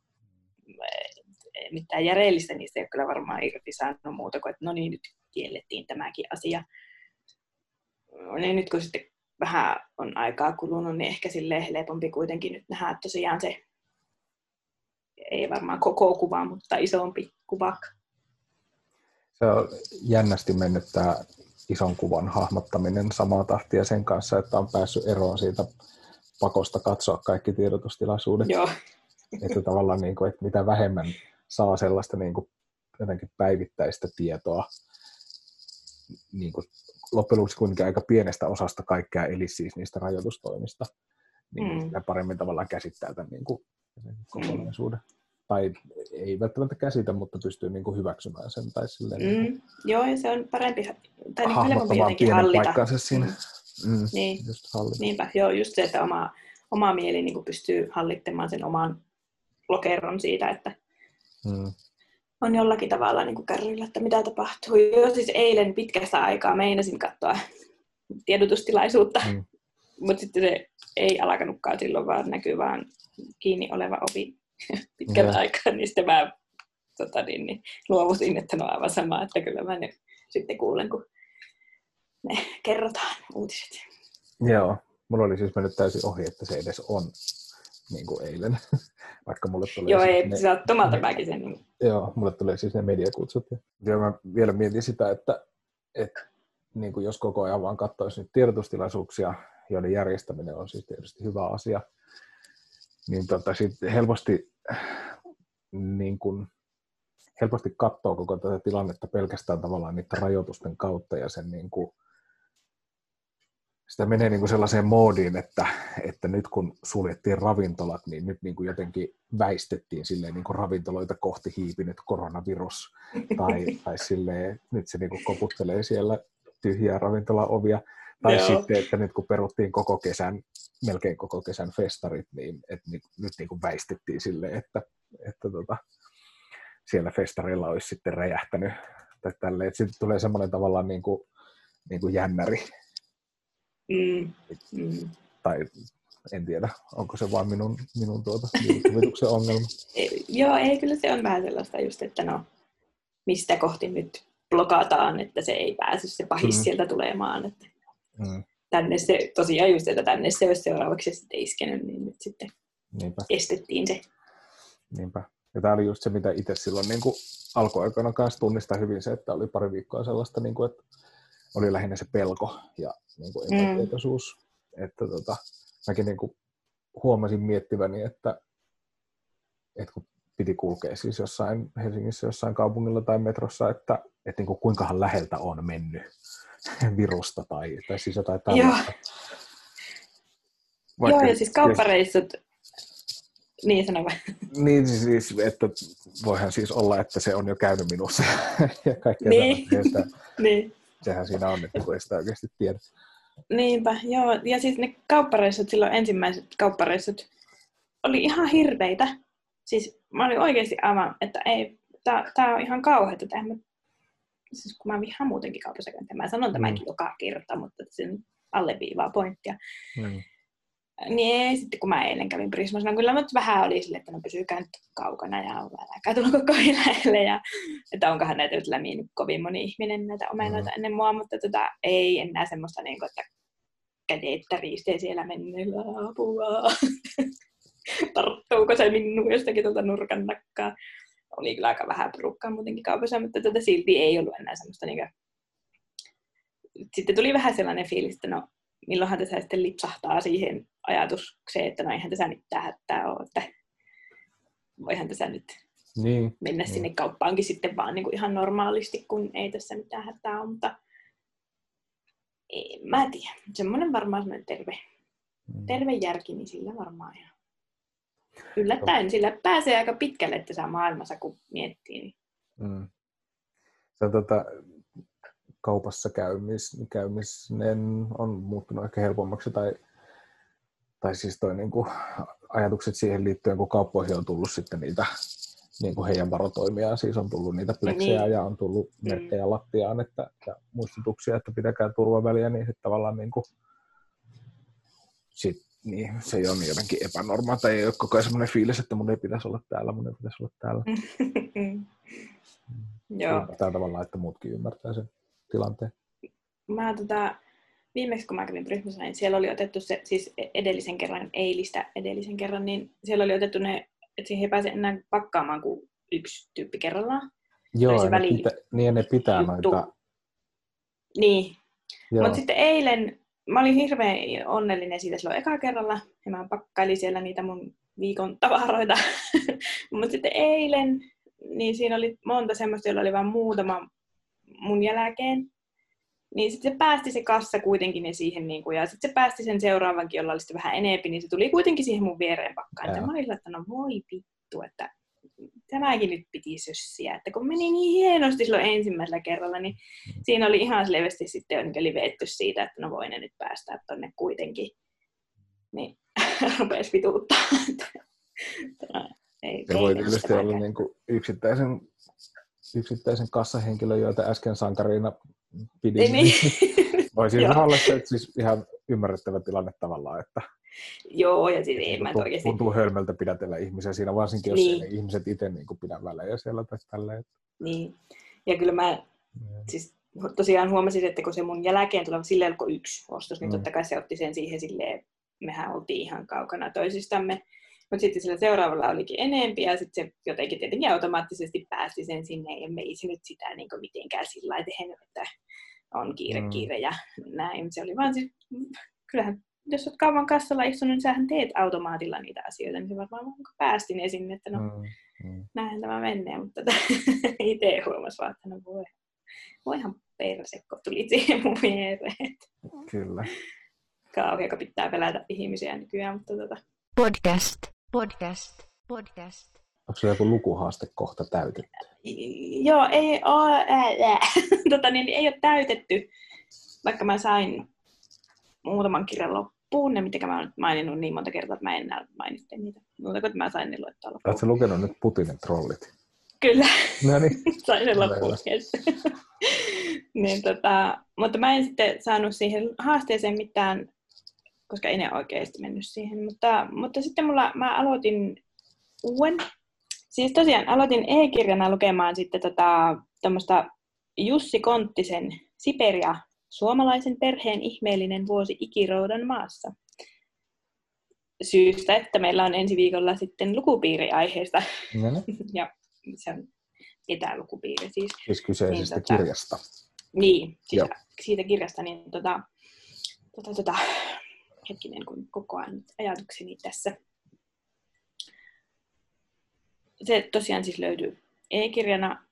S2: mitään järjellistä, niistä ei ole kyllä varmaan irti saanut muuta kuin, että no niin, nyt kiellettiin tämäkin asia. Niin nyt kun sitten vähän on aikaa kulunut, niin ehkä silleen helpompi kuitenkin nyt nähdä tosiaan se, ei varmaan koko kuva, mutta isompi kuva.
S3: Se on jännästi mennyt tämä ison kuvan hahmottaminen samaa tahtia sen kanssa, että on päässyt eroon siitä pakosta katsoa kaikki tiedotustilaisuudet.
S2: Joo.
S3: Että tavallaan, niin kuin, että mitä vähemmän saa sellaista niin kuin, jotenkin päivittäistä tietoa, niin kuin, loppujen lopuksi kuitenkin aika pienestä osasta kaikkea, eli siis niistä rajoitustoimista, niin mm. sitä paremmin tavallaan käsittää tämän niin kuin, kokonaisuuden. Mm. Tai ei välttämättä käsitä, mutta pystyy niin kuin hyväksymään sen. Tai silleen, mm.
S2: niin joo, ja se on parempi, tai niin
S3: hahmottamaan pienen hallita. Paikkansa siinä.
S2: Mm. Mm. Niin.
S3: Just
S2: niinpä, joo, just se, että oma, oma mieli niin kuin pystyy hallittamaan sen oman lokeron siitä, että mm. on jollakin tavalla niin kuin kärryillä, että mitä tapahtuu. Joo, siis eilen pitkästä aikaa meinasin katsoa tiedotustilaisuutta, mm. mutta sitten se ei alkanutkaan silloin, vaan näkyy vaan kiinni oleva ovi pitkän yeah. aikaa, niin sitten mä tota, niin, niin, luovutin, että no aivan sama, että kyllä mä nyt sitten kuulen, kun me kerrotaan uutiset.
S3: Joo, mulla oli siis mennyt täysin ohi, että se edes on niin kuin eilen, vaikka mulle tulee...
S2: Joo,
S3: siis
S2: ei,
S3: ne,
S2: sä oot omalta mäkin sen. Niin...
S3: Joo, mulle tulee siis ne mediakutsut. Ja, ja mä vielä mietin sitä, että, että niin kuin jos koko ajan vaan katsoisi nyt tiedotustilaisuuksia, joiden järjestäminen on siis tietysti hyvä asia, niin tota, sitten helposti, niin kuin, helposti katsoo koko tätä tilannetta pelkästään tavallaan niiden rajoitusten kautta ja sen niin kuin, sitä menee niin kuin sellaiseen moodiin, että, että nyt kun suljettiin ravintolat, niin nyt niin kuin jotenkin väistettiin silleen niin kuin ravintoloita kohti hiipinyt koronavirus. Tai, tai silleen, nyt se niin kuin koputtelee siellä tyhjiä ravintolaovia. Tai Joo. sitten, että nyt kun peruttiin koko kesän, melkein koko kesän festarit, niin että nyt, nyt niin kuin väistettiin silleen, että, että tota, siellä festareilla olisi sitten räjähtänyt. Tai tälleen, että sitten tulee semmoinen tavallaan niin kuin, niin kuin jännäri.
S2: Mm. Mm.
S3: Tai en tiedä, onko se vaan minun, minun tuota, kuvituksen ongelma.
S2: Joo, ei, kyllä se on vähän sellaista just, että no, mistä kohti nyt blokataan, että se ei pääsy se pahis mm. sieltä tulemaan. Että mm. tänne se, tosiaan just, että tänne se olisi seuraavaksi sitten iskenyt, niin nyt sitten Niinpä. estettiin se.
S3: Niinpä. Ja tämä oli just se, mitä itse silloin niin kuin alkuaikana kanssa tunnistaa hyvin se, että oli pari viikkoa sellaista, niin kuin, että oli lähinnä se pelko ja niin kuin epätietoisuus. Mm. Että tota, mäkin niin kuin huomasin miettiväni, että, että kun piti kulkea siis jossain Helsingissä, jossain kaupungilla tai metrossa, että, että niin kuin kuinkahan läheltä on mennyt virusta tai, tai siis jotain tällaista.
S2: Joo, Joo ja siis kauppareissut, niin sano vai?
S3: Niin siis, että voihan siis olla, että se on jo käynyt minussa ja kaikkea
S2: niin.
S3: sellaista.
S2: niin.
S3: Sehän siinä on, että kun ei sitä oikeasti tiedä.
S2: Niinpä, joo. Ja siis ne kauppareissut, silloin ensimmäiset kauppareissut oli ihan hirveitä. Siis mä olin oikeasti aivan, että ei, tää, tää on ihan kauheata. Mä, siis kun mä vihaan muutenkin kauppasäköntä, mä sanon tämänkin mm. joka kerta, mutta sen alleviivaa pointtia. Mm. Niin ei, sitten kun mä eilen kävin Prismassa, no kyllä mä vähän oli silleen, että no pysykää nyt kaukana ja älkää tulko kovin lähelle. Ja, että onkohan näitä nyt lämminyt kovin moni ihminen näitä omenoita mm. ennen mua, mutta tota, ei enää semmoista, niin kuin, että kädet riistee siellä menneellä apua. Tarttuuko se minun jostakin tuolta nurkan nakkaa. Oli kyllä aika vähän porukkaa muutenkin kaupassa, mutta tota, silti ei ollut enää semmoista. Niin kuin... Sitten tuli vähän sellainen fiilis, että no milloinhan tässä sitten lipsahtaa siihen ajatukseen, että no eihän tässä mitään hätää ole, että voihan tässä nyt
S3: niin,
S2: mennä niin. sinne kauppaankin sitten vaan niin kuin ihan normaalisti, kun ei tässä mitään hätää ole, mutta en mä tiedä. Semmoinen varmaan semmoinen terve, mm. terve järki, niin sillä varmaan ihan. yllättäen sillä pääsee aika pitkälle tässä maailmassa, kun miettii. Niin.
S3: Mm. Se on tota, kaupassa käymis, käymisen on muuttunut ehkä helpommaksi, tai, tai siis toi niinku, ajatukset siihen liittyen, kun kauppoihin on tullut sitten niitä niinku heidän varotoimiaan, siis on tullut niitä pleksejä niin. Ja on tullut merkkejä mm. lattiaan, että, ja muistutuksia, että pitäkää turvaväliä, niin sitten tavallaan niinku, sit, niin, se ei ole jotenkin epänormaa, tai ei ole koko ajan semmoinen fiilis, että mun ei pitäisi olla täällä, mun ei pitäisi olla täällä.
S2: Joo.
S3: Tällä tavalla, että muutkin ymmärtää sen tilanteen.
S2: Mä tota, viimeksi kun mä kävin ryhmässä, niin siellä oli otettu se, siis edellisen kerran, eilistä edellisen kerran, niin siellä oli otettu ne, että siihen ei pääse enää pakkaamaan kuin yksi tyyppi kerrallaan.
S3: Joo, ne väli... pitä, niin ne pitää juttu. Noita.
S2: Niin, mutta sitten eilen, mä olin hirveän onnellinen siitä silloin eka kerralla, ja mä pakkailin siellä niitä mun viikon tavaroita. Mutta sitten eilen, niin siinä oli monta semmoista, joilla oli vain muutama mun jälkeen. Niin sitten se päästi se kassa kuitenkin ne siihen, niin kuin, ja sitten se päästi sen seuraavankin, jolla oli vähän enempi, niin se tuli kuitenkin siihen mun viereen pakkaan. Ja mä olin että no voi vittu, että tämäkin nyt piti sössiä. Että kun meni niin hienosti silloin ensimmäisellä kerralla, niin siinä oli ihan leveästi sitten jo niin livetty siitä, että no voi ne nyt päästää tonne kuitenkin. Niin rupesi vituuttaa. Ei,
S3: se voi tietysti olla niin kuin yksittäisen, yksittäisen kassahenkilön, joita äsken sankariina pidin. Niin. Voi siis olla se, että siis ihan ymmärrettävä tilanne tavallaan, että
S2: joo, ja siis ei mä oikeasti
S3: tuntuu hölmöltä pidätellä ihmisiä siinä, varsinkin jos niin. Ei ihmiset itse niin kuin pidä välejä siellä tai tälleen.
S2: Niin, ja kyllä mä mm. siis tosiaan huomasin, että kun se mun jälkeen tuleva silleen alkoi yksi ostos, niin mm. totta kai se otti sen siihen silleen, mehän oltiin ihan kaukana toisistamme. Mutta sitten sillä seuraavalla olikin enempi, ja sitten se jotenkin tietenkin automaattisesti päästi sen sinne, ja me ei se nyt sitä niin kuin mitenkään sillä lailla tehnyt, että on kiire, mm. kiire ja näin. Se oli vaan siis, kyllähän, jos olet kauan kassalla istunut, niin sähän teet automaatilla niitä asioita, niin se varmaan päästi ne sinne, että no, mm. Mm. näinhän tämä menee, mutta itse huomasi vaan, että no voi, voihan perse, kun tulit siihen mun viereen.
S3: Kyllä.
S2: Kauheaka pitää pelätä ihmisiä nykyään, mutta tota.
S1: Podcast, podcast, podcast.
S3: Onko se joku lukuhaaste kohta täytetty?
S2: Joo, ei ole, tota, niin, ei ole täytetty, vaikka mä sain muutaman kirjan loppuun, ne mitä mä oon maininnut niin monta kertaa, että mä en enää mainitse niitä. Muuta kuin mä sain ne luettua loppuun.
S3: Oletko lukenut nyt Putinin trollit?
S2: Kyllä,
S3: no niin.
S2: sain ne loppuun. niin, tota, mutta mä en sitten saanut siihen haasteeseen mitään, koska en ole oikeasti mennyt siihen. Mutta, mutta sitten mulla, mä aloitin uuden. Siis tosiaan aloitin e-kirjana lukemaan sitten tota, tämmöistä Jussi Konttisen Siperia, suomalaisen perheen ihmeellinen vuosi Ikiroudan maassa. Syystä, että meillä on ensi viikolla sitten lukupiiri aiheesta.
S3: Mm-hmm.
S2: ja se on etälukupiiri siis.
S3: Siis kyseisestä niin, tota, kirjasta.
S2: Niin, siitä, siitä kirjasta. Niin, tota, tota, tota, hetkinen, kun koko ajan ajatukseni tässä. Se tosiaan siis löytyy e-kirjana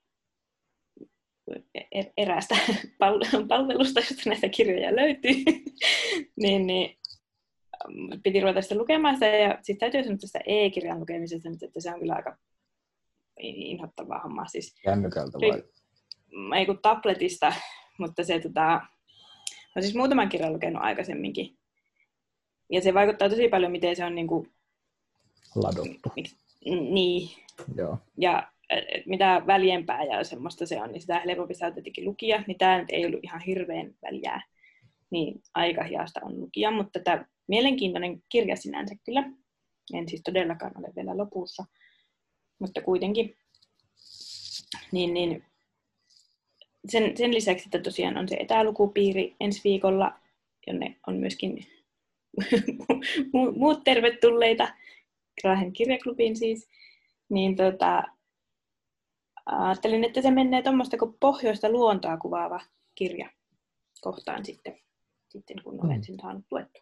S2: eräästä palvelusta, josta näitä kirjoja löytyy. niin, niin, piti ruveta sitä lukemaan sitä. Ja siis täytyy sanoa tästä e-kirjan lukemisesta, että se on kyllä aika inhottavaa hommaa. Siis,
S3: Kännykältä vai?
S2: Ei kun tabletista, mutta se tota, on siis muutaman kirjan lukenut aikaisemminkin. Ja se vaikuttaa tosi paljon, miten se on niinku
S3: ladottu.
S2: Niin.
S3: Joo.
S2: Ja mitä väljempää ja semmoista se on, niin sitä helpompi saa tietenkin lukia. Niin tämä nyt ei ollut ihan hirveän väljää. Niin aika hiasta on lukia, mutta tämä mielenkiintoinen kirja sinänsä kyllä. En siis todellakaan ole vielä lopussa. Mutta kuitenkin. Niin, niin sen, sen lisäksi, että tosiaan on se etälukupiiri ensi viikolla, jonne on myöskin muut tervetulleita. Raahen kirjaklubiin siis, niin tota, ajattelin, että se menee tuommoista kuin pohjoista luontoa kuvaava kirja kohtaan sitten, sitten kun olen sen saanut luettua.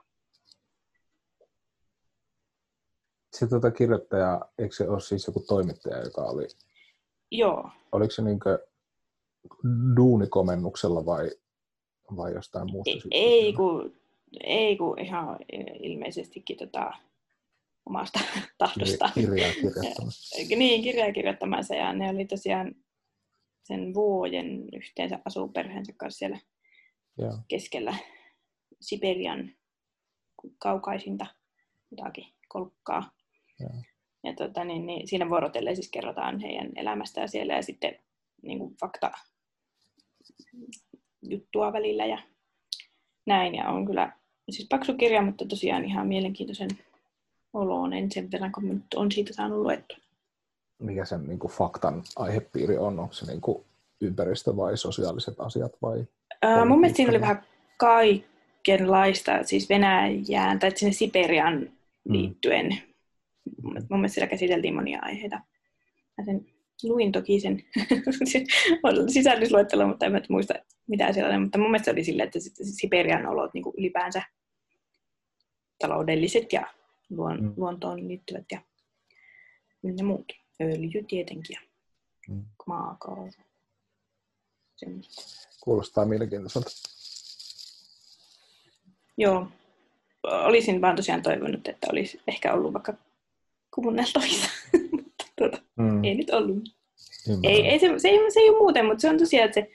S3: Se tuota kirjoittaja, eikö se ole siis joku toimittaja, joka oli?
S2: Joo.
S3: Oliko se niinkö duunikomennuksella vai, vai jostain muusta?
S2: Ei, ei kun, ei kun ihan ilmeisestikin tota, omasta tahdostaan.
S3: Kirjaa kirjoittamassa.
S2: Niin, kirjaa kirjoittamassa ja ne oli tosiaan sen vuoden yhteensä asuu perheensä kanssa siellä
S3: Joo.
S2: keskellä Siperian kaukaisinta jotakin kolkkaa.
S3: Joo.
S2: Ja tota, niin, niin, siinä vuorotellen siis kerrotaan heidän elämästään siellä ja sitten niin kuin fakta juttua välillä ja näin. Ja on kyllä siis paksu kirja, mutta tosiaan ihan mielenkiintoisen oloinen sen verran, kun nyt on siitä saanut luettu.
S3: Mikä sen niin kuin faktan aihepiiri on? Onko se niin kuin ympäristö vai sosiaaliset asiat? Vai
S2: Ää, mun mielestä siinä oli vähän kaikenlaista, siis Venäjään tai sinne Siperian liittyen. Mm. Mun mielestä siellä käsiteltiin monia aiheita. Mä sen luin toki sen sisällysluettelo, mutta en mä muista mitä siellä oli. Mutta mun mielestä oli silleen, että Siperian olot niin kuin ylipäänsä taloudelliset ja luon, mm. luontoon liittyvät ja ne muut. Öljy tietenkin ja mm. maakaasu.
S3: Kuulostaa mielenkiintoiselta.
S2: Joo. Olisin vaan tosiaan toivonut, että olisi ehkä ollut vaikka kuunneltavissa. Mutta tuota, mm. ei nyt ollut. Ei, ei, se, se, ei, se ei ole muuten, mutta se on tosiaan, että se...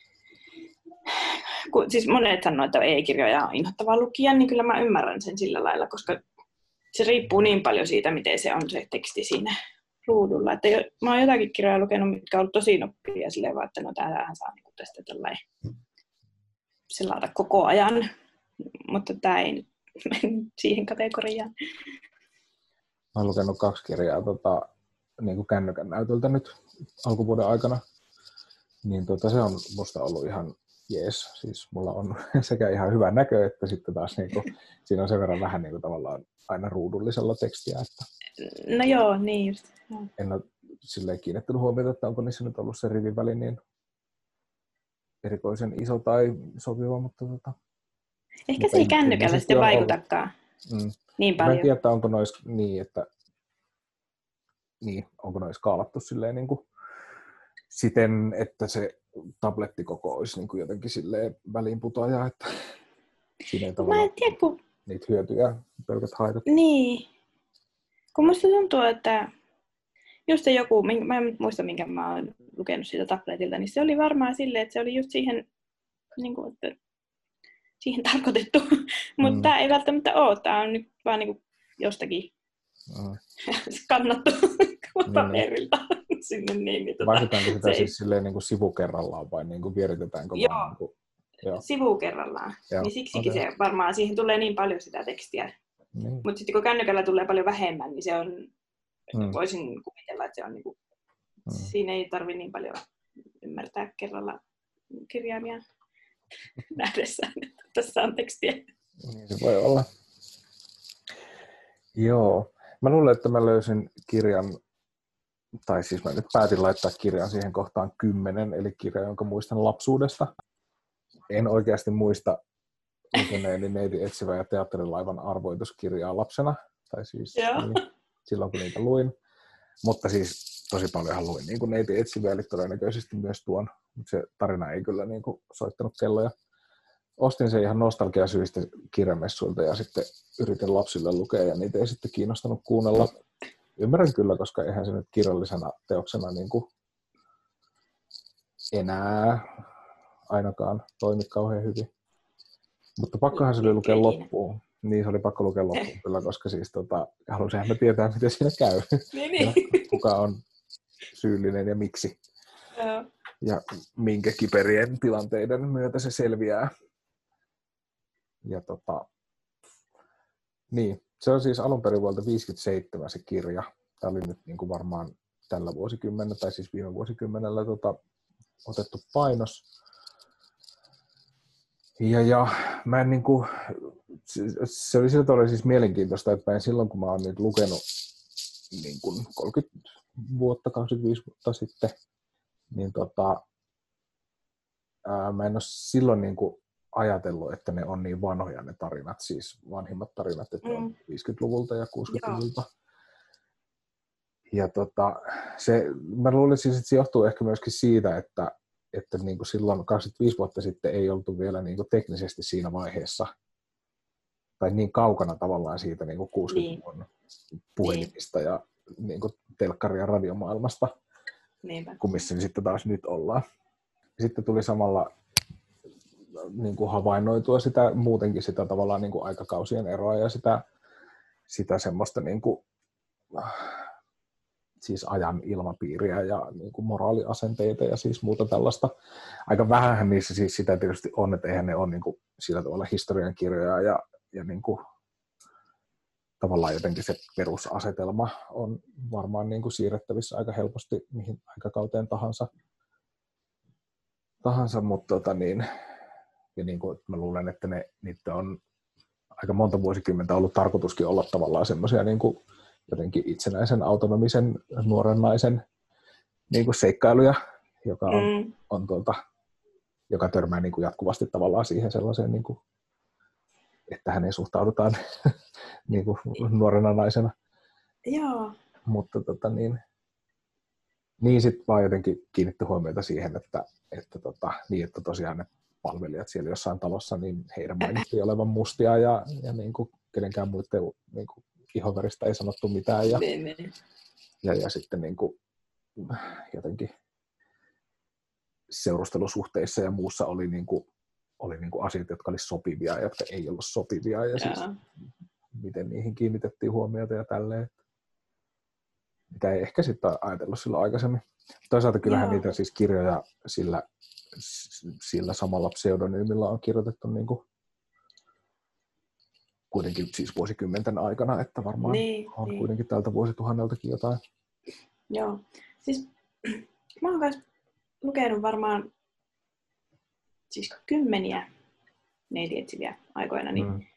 S2: Kun, siis monet sanoo, että e-kirjoja on inhottavaa lukia, niin kyllä mä ymmärrän sen sillä lailla, koska se riippuu niin paljon siitä, miten se on se teksti siinä ruudulla. Että jo, mä oon jotakin kirjoja lukenut, mitkä on ollut tosi noppia silleen vaan, että no täällähän saa niinku tästä tällainen selata koko ajan. Mutta tää ei nyt mene siihen kategoriaan.
S3: Mä oon lukenut kaksi kirjaa tota, niin kuin kännykän näytöltä nyt alkuvuoden aikana. Niin tota, se on musta ollut ihan jees. Siis mulla on sekä ihan hyvä näkö, että sitten taas niin kuin, siinä on sen verran vähän niin kuin, tavallaan aina ruudullisella tekstiä. Että
S2: no joo, niin just. No.
S3: En ole silleen kiinnittänyt huomiota, että onko niissä nyt ollut se rivin väli niin erikoisen iso tai sopiva, mutta tota,
S2: ehkä mutta se ei kännykällä sitten vaikutakaan mm. niin paljon.
S3: Mä en tiedä, että onko nois niin, että niin, onko nois skaalattu silleen niin kuin siten, että se tablettikoko olisi niin kuin jotenkin silleen väliinputoaja, että siinä ei tavallaan
S2: mä en tiedä, kun
S3: niitä hyötyjä, pelkät haitat.
S2: Niin. Kun musta tuntuu, että just se joku, mä en muista minkä mä oon lukenut siitä tabletilta, niin se oli varmaan silleen, että se oli just siihen, niin kuin, että siihen tarkoitettu. Mm. Mutta tämä ei välttämättä ole, tämä on nyt vaan niin kuin jostakin mm. kannattu paperilta niin. Sinne. Niin, niin, tota,
S3: vaihdetaanko sitä siis silleen niin kuin sivu kerrallaan vai niin kuin vieritetäänkö
S2: joo.
S3: vaan? Niin kuin, joo,
S2: sivu kerrallaan.
S3: Joo.
S2: Niin siksikin
S3: okay.
S2: se varmaan, siihen tulee niin paljon sitä tekstiä. Niin. Mutta sitten kun kännykällä tulee paljon vähemmän, niin se on, mm. voisin kuvitella, että se on niinku, mm. siinä ei tarvitse niin paljon ymmärtää kerralla kirjaimia nähdessään, että tässä on tekstiä.
S3: Niin se voi olla. Joo. Mä luulen, että mä löysin kirjan, tai siis mä nyt päätin laittaa kirjan siihen kohtaan kymmenen, eli kirja, jonka muistan lapsuudesta. En oikeasti muista lukeneeni Neiti etsivä ja teatterilaivan arvoituskirjaa lapsena, tai siis niin, silloin kun niitä luin. Mutta siis tosi paljonhan luin niin kuin Neiti etsivä, eli todennäköisesti myös tuon, mutta se tarina ei kyllä niin kuin soittanut kelloja. Ostin sen ihan nostalgiasyistä kirjamessuilta ja sitten yritin lapsille lukea ja niitä ei sitten kiinnostanut kuunnella. Ymmärrän kyllä, koska eihän se nyt kirjallisena teoksena niin kuin enää ainakaan toimi kauhean hyvin. Mutta pakkohan se oli lukea loppuun. Niin, se oli pakko lukea loppuun kyllä, koska siis tota, halusinhan me tietää, miten siinä käy.
S2: Niin, niin.
S3: Kuka on syyllinen ja miksi.
S2: Joo.
S3: Ja minkä kiperien tilanteiden myötä se selviää. Ja tota, niin, se on siis alun perin vuodelta viisikymmentäseitsemän se kirja. Tämä oli nyt niin kuin varmaan tällä vuosikymmenellä, tai siis viime vuosikymmenellä tota, otettu painos. Ja, ja mä en niin kuin, se oli siltä oli siis mielenkiintoista, että mä en silloin kun mä oon nyt lukenut niin kuin kolmekymmentä vuotta, kaksikymmentäviisi vuotta sitten, niin tota, ää, mä en ole silloin niin kuin ajatellut, että ne on niin vanhoja ne tarinat, siis vanhimmat tarinat, että mm. on viisikymmentäluvulta ja kuusikymmentäluvulta. Joo. Ja tota, se, mä luulen siis, että se johtuu ehkä myöskin siitä, että että niin kuin silloin kaksikymmentäviisi vuotta sitten ei oltu vielä niin kuin teknisesti siinä vaiheessa, tai niin kaukana tavallaan siitä niin kuin kuusikymmentäluvun niin. puhelimista ja niin kuin telkkari- ja radiomaailmasta,
S2: Niinpä.
S3: kuin missä niin sitten taas nyt ollaan. Sitten tuli samalla niin kuin havainnoitua sitä, muutenkin sitä tavallaan niin kuin aikakausien eroa ja sitä, sitä semmoista niin kuin, siis ajan ilmapiiriä ja niin kuin moraaliasenteita ja siis muuta tällaista. Aika vähänhän niissä siis sitä tietysti on, että eihän ne ole niin kuin sillä tavalla historiankirjoja ja, ja niin kuin tavallaan jotenkin se perusasetelma on varmaan niin kuin siirrettävissä aika helposti mihin aikakauteen tahansa. tahansa mutta tota niin, ja niin kuin mä luulen, että ne, niitä on aika monta vuosikymmentä ollut tarkoituskin olla tavallaan semmoisia niin kuin jotenkin itsenäisen, autonomisen, nuoren naisen niin kuin seikkailuja, joka, on, mm. on tuolta, joka törmää niin kuin jatkuvasti tavallaan siihen sellaiseen, niin kuin, että hänen suhtaudutaan niin kuin nuorena naisena.
S2: Joo.
S3: Mutta tota niin, niin sitten vaan jotenkin kiinnitti huomiota siihen, että, että, tota, niin, että tosiaan ne palvelijat siellä jossain talossa, niin heidän mainittiin olevan mustia ja, ja niin kuin kenenkään muiden niin kuin ihonväristä ei sanottu mitään. Ja,
S2: niin, niin.
S3: ja, ja sitten niin kuin, jotenkin seurustelusuhteissa ja muussa oli, niin kuin, oli niin kuin asiat, jotka oli sopivia ja jotka ei ollut sopivia. Ja siis, miten niihin kiinnitettiin huomiota ja tälleen. Mitä ei ehkä sitten ajatellut silloin aikaisemmin. Toisaalta kyllähän Joo. niitä siis kirjoja sillä, sillä samalla pseudonyymillä on kirjoitettu niin kuin kuitenkin siis vuosikymmenten aikana, että varmaan
S2: niin,
S3: on
S2: niin.
S3: kuitenkin tältä vuosituhanneltakin jotain.
S2: Joo. Siis mä oon myös lukenut varmaan siis kymmeniä neitietsiviä aikoina, niin mm.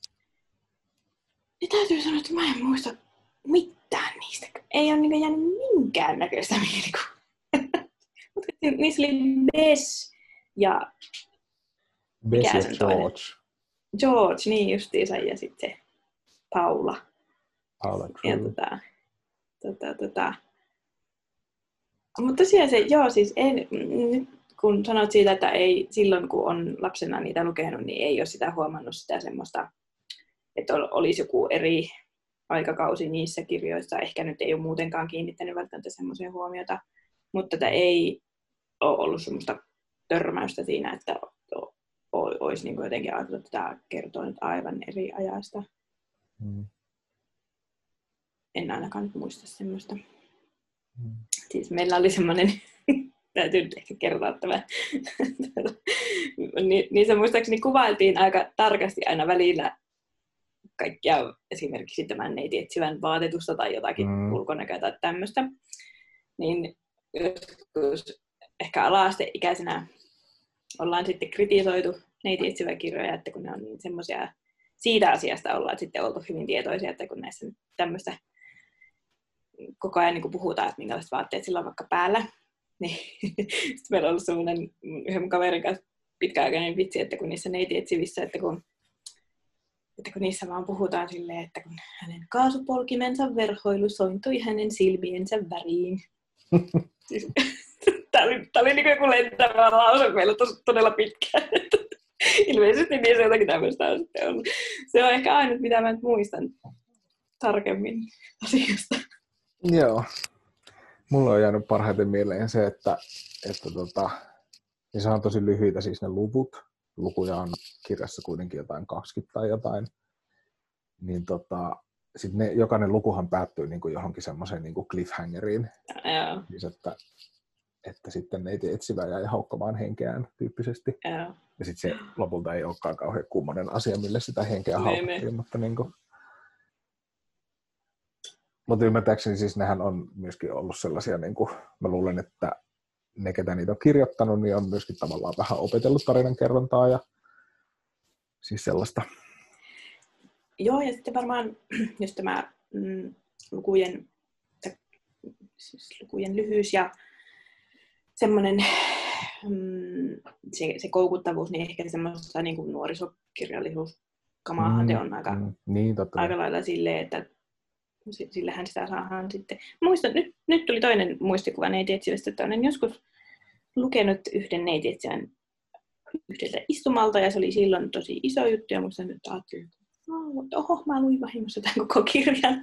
S2: niin täytyy sanoa, että mä en muista mitään niistä. Ei ole niin jäänyt minkäännäköistä mielikuvaa. Mutta niissä oli Bess ja...
S3: Bess ja George. Toinen?
S2: George, niin justiinsa, ja sitten se Paula.
S3: Paula,
S2: ja tota, tota, tota. Mutta tosiaan se, joo, siis en, nyt kun sanot siitä, että ei silloin kun on lapsena niitä lukenut, niin ei ole sitä huomannut sitä semmoista, että olisi joku eri aikakausi niissä kirjoissa. Ehkä nyt ei ole muutenkaan kiinnittänyt välttämättä semmoisia huomiota, mutta että ei ole ollut semmoista törmäystä siinä, että olisi niin kuin jotenkin ajatellut, että tämä kertoo nyt aivan eri ajasta. Mm. En ainakaan nyt muista semmoista. Mm. Siis meillä oli semmoinen, täytyy nyt ehkä kertoa tämä, niin, niin se muistaakseni kuvailtiin aika tarkasti aina välillä kaikkia esimerkiksi tämän neitietsivän vaatetusta tai jotakin mm. ulkonäköä tai tämmöistä. Niin joskus ehkä ala-asteikäisenä ollaan sitten kritisoitu neitietsivä kirjoja, että kun ne on niin semmoisia, siitä asiasta ollaan sitten oltu hyvin tietoisia, että kun näissä tämmöistä koko ajan niin kuin puhutaan, että minkälaiset vaatteet sillä on vaikka päällä, niin sitten meillä on ollut semmoinen yhden kaverin kanssa pitkäaikainen vitsi, että kun niissä neitietsivissä, että kun, että kun niissä vaan puhutaan silleen, että kun hänen kaasupolkimensa verhoilu sointui hänen silmiensä väriin. Tämä oli, tämä oli niin kuin joku lentävä lause meillä tos, todella pitkään. Ilmeisesti niin se jotakin tämmöistä on sitten ollut. Se on ehkä ainut, mitä mä nyt muistan tarkemmin asiasta.
S3: Joo. Mulla on jäänyt parhaiten mieleen se, että, että tota, niin se on tosi lyhyitä siis ne luvut. Lukuja on kirjassa kuitenkin jotain kaksikymmentä tai jotain. Niin tota, sit ne, jokainen lukuhan päättyy niin kuin johonkin semmoiseen niin kuin cliffhangeriin.
S2: Joo.
S3: Siis että, että sitten neiti etsivä jäi haukkamaan henkeään tyyppisesti.
S2: Joo.
S3: Ja sitten se lopulta ei olekaan kauhean kummonen asia, mille sitä henkeä haukattiin. Mutta niin kuin... Mutta ymmärtääkseni siis nehän on myöskin ollut sellaisia, niin kuin mä luulen, että ne, ketä niitä on kirjoittanut, niin on myöskin tavallaan vähän opetellut tarinankerrontaa ja siis sellaista.
S2: Joo, ja sitten varmaan just tämä mm, lukujen, siis lukujen lyhyys ja semmoinen mm, se, se koukuttavuus, niin ehkä semmoista niin kuin nuorisokirjallisuuskamaahan mm, on aika,
S3: mm, niin,
S2: aika lailla silleen, että sillähän sitä saadaan sitten. Muistan, nyt, nyt tuli toinen muistikuva neitietsivästä, että olen joskus lukenut yhden neitietsivän yhdeltä istumalta, ja se oli silloin tosi iso juttu, ja muistan, että ajattelin, että oho, mä luin vahingossa tämän koko kirjan.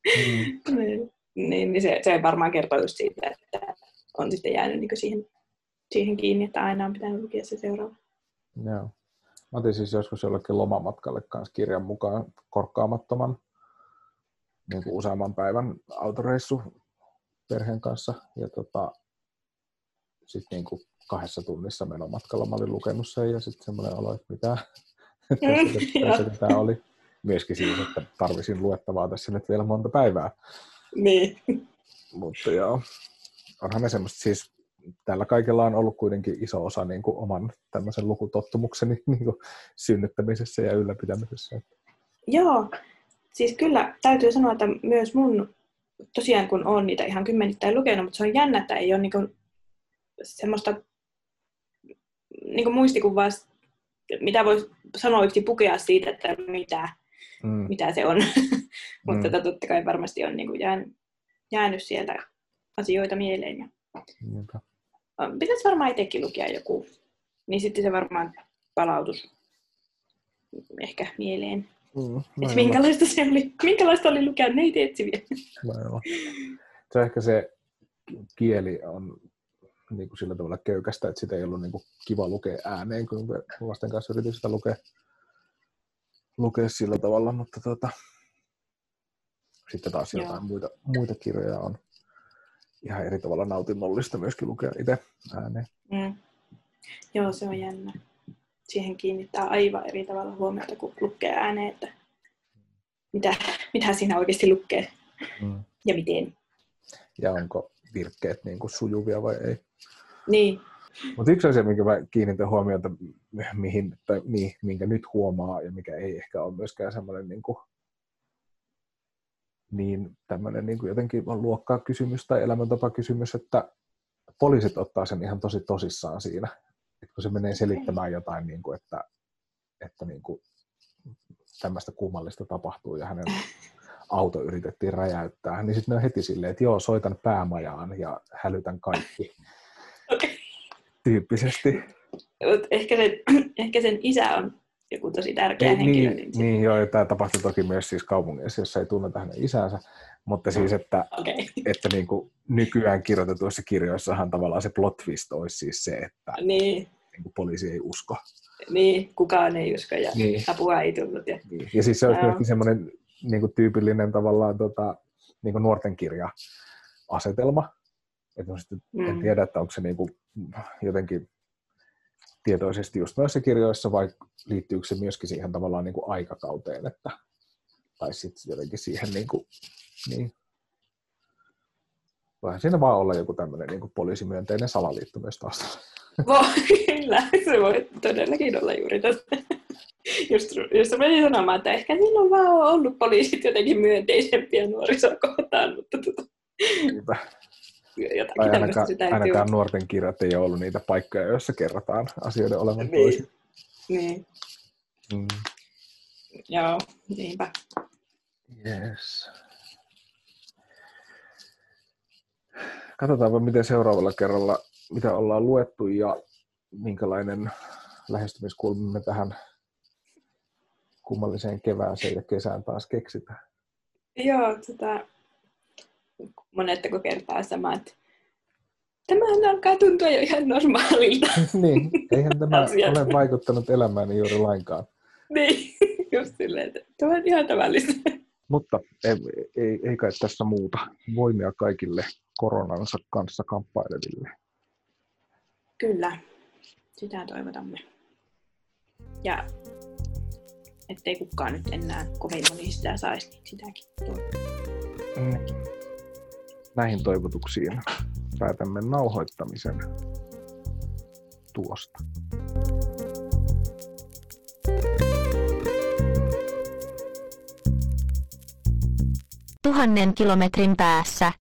S3: Mm.
S2: niin, niin, niin se, se varmaan kertoo just siitä, että on sitten jäänyt niin siihen, siihen kiinni, että aina on pitänyt lukea se seuraava.
S3: Joo. Mä otin siis joskus jollekin lomamatkalle kanssa kirjan mukaan korkkaamattoman niin kuin useamman päivän autoreissu perheen kanssa. Ja tota, sitten niin kuin kahdessa tunnissa menomatkalla mä olin lukenut sen ja sitten semmoinen olo, että mitä tässä tämä oli. Myöskin siis, että tarvisin luettavaa tässä nyt vielä monta päivää.
S2: Niin.
S3: Mutta joo, onhan ne semmoista siis, tällä kaikella on ollut kuitenkin iso osa niin kuin oman tämmöisen lukutottumukseni niin kuin synnyttämisessä ja ylläpitämisessä.
S2: Joo, siis kyllä täytyy sanoa, että myös mun, tosiaan kun on niitä ihan kymmenittäin lukenut, mutta se on jännä, että ei ole niin kuin semmoista niin kuin muistikuvaa, mitä voisi sanoiksi pukea siitä, että mitä, mm. mitä se on. Mutta mm. totta kai varmasti on niin kuin jäänyt, jäänyt sieltä asioita mieleen. Ja
S3: Niinpä.
S2: Pitäisi varmaan itsekin lukea joku, niin sitten se varmaan palautus ehkä mieleen. Mm, että minkälaista se oli, minkälaista oli lukea neiti etsiviä.
S3: No, se ehkä se kieli on niin kuin sillä tavalla köykästä, että sitä ei ollut niin kuin kiva lukea ääneen, kun lasten kanssa yritin sitä lukea, lukea sillä tavalla, mutta tuota, sitten taas Joo. jotain muita, muita kirjoja on ihan eri tavalla nautinnollista myöskin lukea itse ääneen.
S2: Mm. Joo, se on jännä. Siihen kiinnittää aivan eri tavalla huomiota, kun lukee ääneen, että mitä, mitä siinä oikeasti lukee mm. ja miten.
S3: Ja onko virkkeet niin kuin sujuvia vai ei.
S2: Niin.
S3: Mutta yksi asia, minkä mä kiinnitän huomiota, mihin, tai, niin, minkä nyt huomaa ja mikä ei ehkä ole myöskään semmoinen niin kuin, niin tämmöinen niin kuin jotenkin luokkaa kysymys tai elämäntapakysymys, että poliisit ottaa sen ihan tosi tosissaan siinä, että kun se menee selittämään jotain, niin kuin, että, että niin kuin, tämmöistä kummallista tapahtuu ja hänen auto yritettiin räjäyttää, niin sitten ne on heti silleen, että joo, soitan päämajaan ja hälytän kaikki.
S2: Okay.
S3: Tyyppisesti.
S2: Ehkä sen, ehkä sen isä on joku tosi tärkeä
S3: ei,
S2: henkilö.
S3: Niin, niin, niin joo, tämä tapahtui toki myös siis kaupungissa, jossa ei tunneta hänen isänsä, mutta siis, että,
S2: okay.
S3: että niin kuin nykyään kirjoitetuissa kirjoissahan tavallaan se plot twist olisi siis se, että
S2: niin.
S3: Niin kuin poliisi ei usko.
S2: Niin, kukaan ei usko ja
S3: niin.
S2: apua ei tullut. Ja,
S3: niin. ja siis se olisi myöskin semmoinen niin kuin tyypillinen tavallaan tota, niin kuin nuorten kirja-asetelma. Että mm. en tiedä, että onko se niin kuin jotenkin tietoisesti just noissa kirjoissa vai liittyykö se myöskin siihen tavallaan niin kuin aikakauteen, että, tai sitten jotenkin siihen niin kuin, niin. Voihan siinä vaan olla joku tämmöinen niin kuin poliisimyönteinen salaliitto myös taustalla.
S2: Voi, kyllä, se voi todellakin olla juuri tästä. Just, just menin sanomaan, että ehkä siinä on vaan ollut poliisit jotenkin myönteisempiä nuorisoa kohtaan, mutta tuota, jotakin tämmöistä se täytyy.
S3: Ainakaan nuorten kirjat ei ole ollut niitä paikkoja, joissa kerrotaan asioiden olevan niin. toisin.
S2: Niin.
S3: Mm.
S2: Joo, niinpä.
S3: Yes. Katsotaanpa, miten seuraavalla kerralla, mitä ollaan luettu ja minkälainen lähestymiskulma me tähän kummalliseen kevääseen ja kesään taas keksitään.
S2: Joo, tota, monettako kertaa sama, että tämähän alkaa tuntua jo ihan normaalilta.
S3: Niin, eihän tämä asiat. ole vaikuttanut elämääni juuri lainkaan.
S2: Niin, just silleen, että tämä on ihan tavallista.
S3: Mutta ei, ei, ei kai tässä muuta. Voimia kaikille koronansa kanssa kamppaileville.
S2: Kyllä, sitä toivotamme. Ja ettei kukaan nyt enää kovin moni sitä saisi, niin sitäkin toivotaan.
S3: Näihin toivotuksiin päätämme nauhoittamisen tuosta.
S1: Tuhannen kilometrin päässä.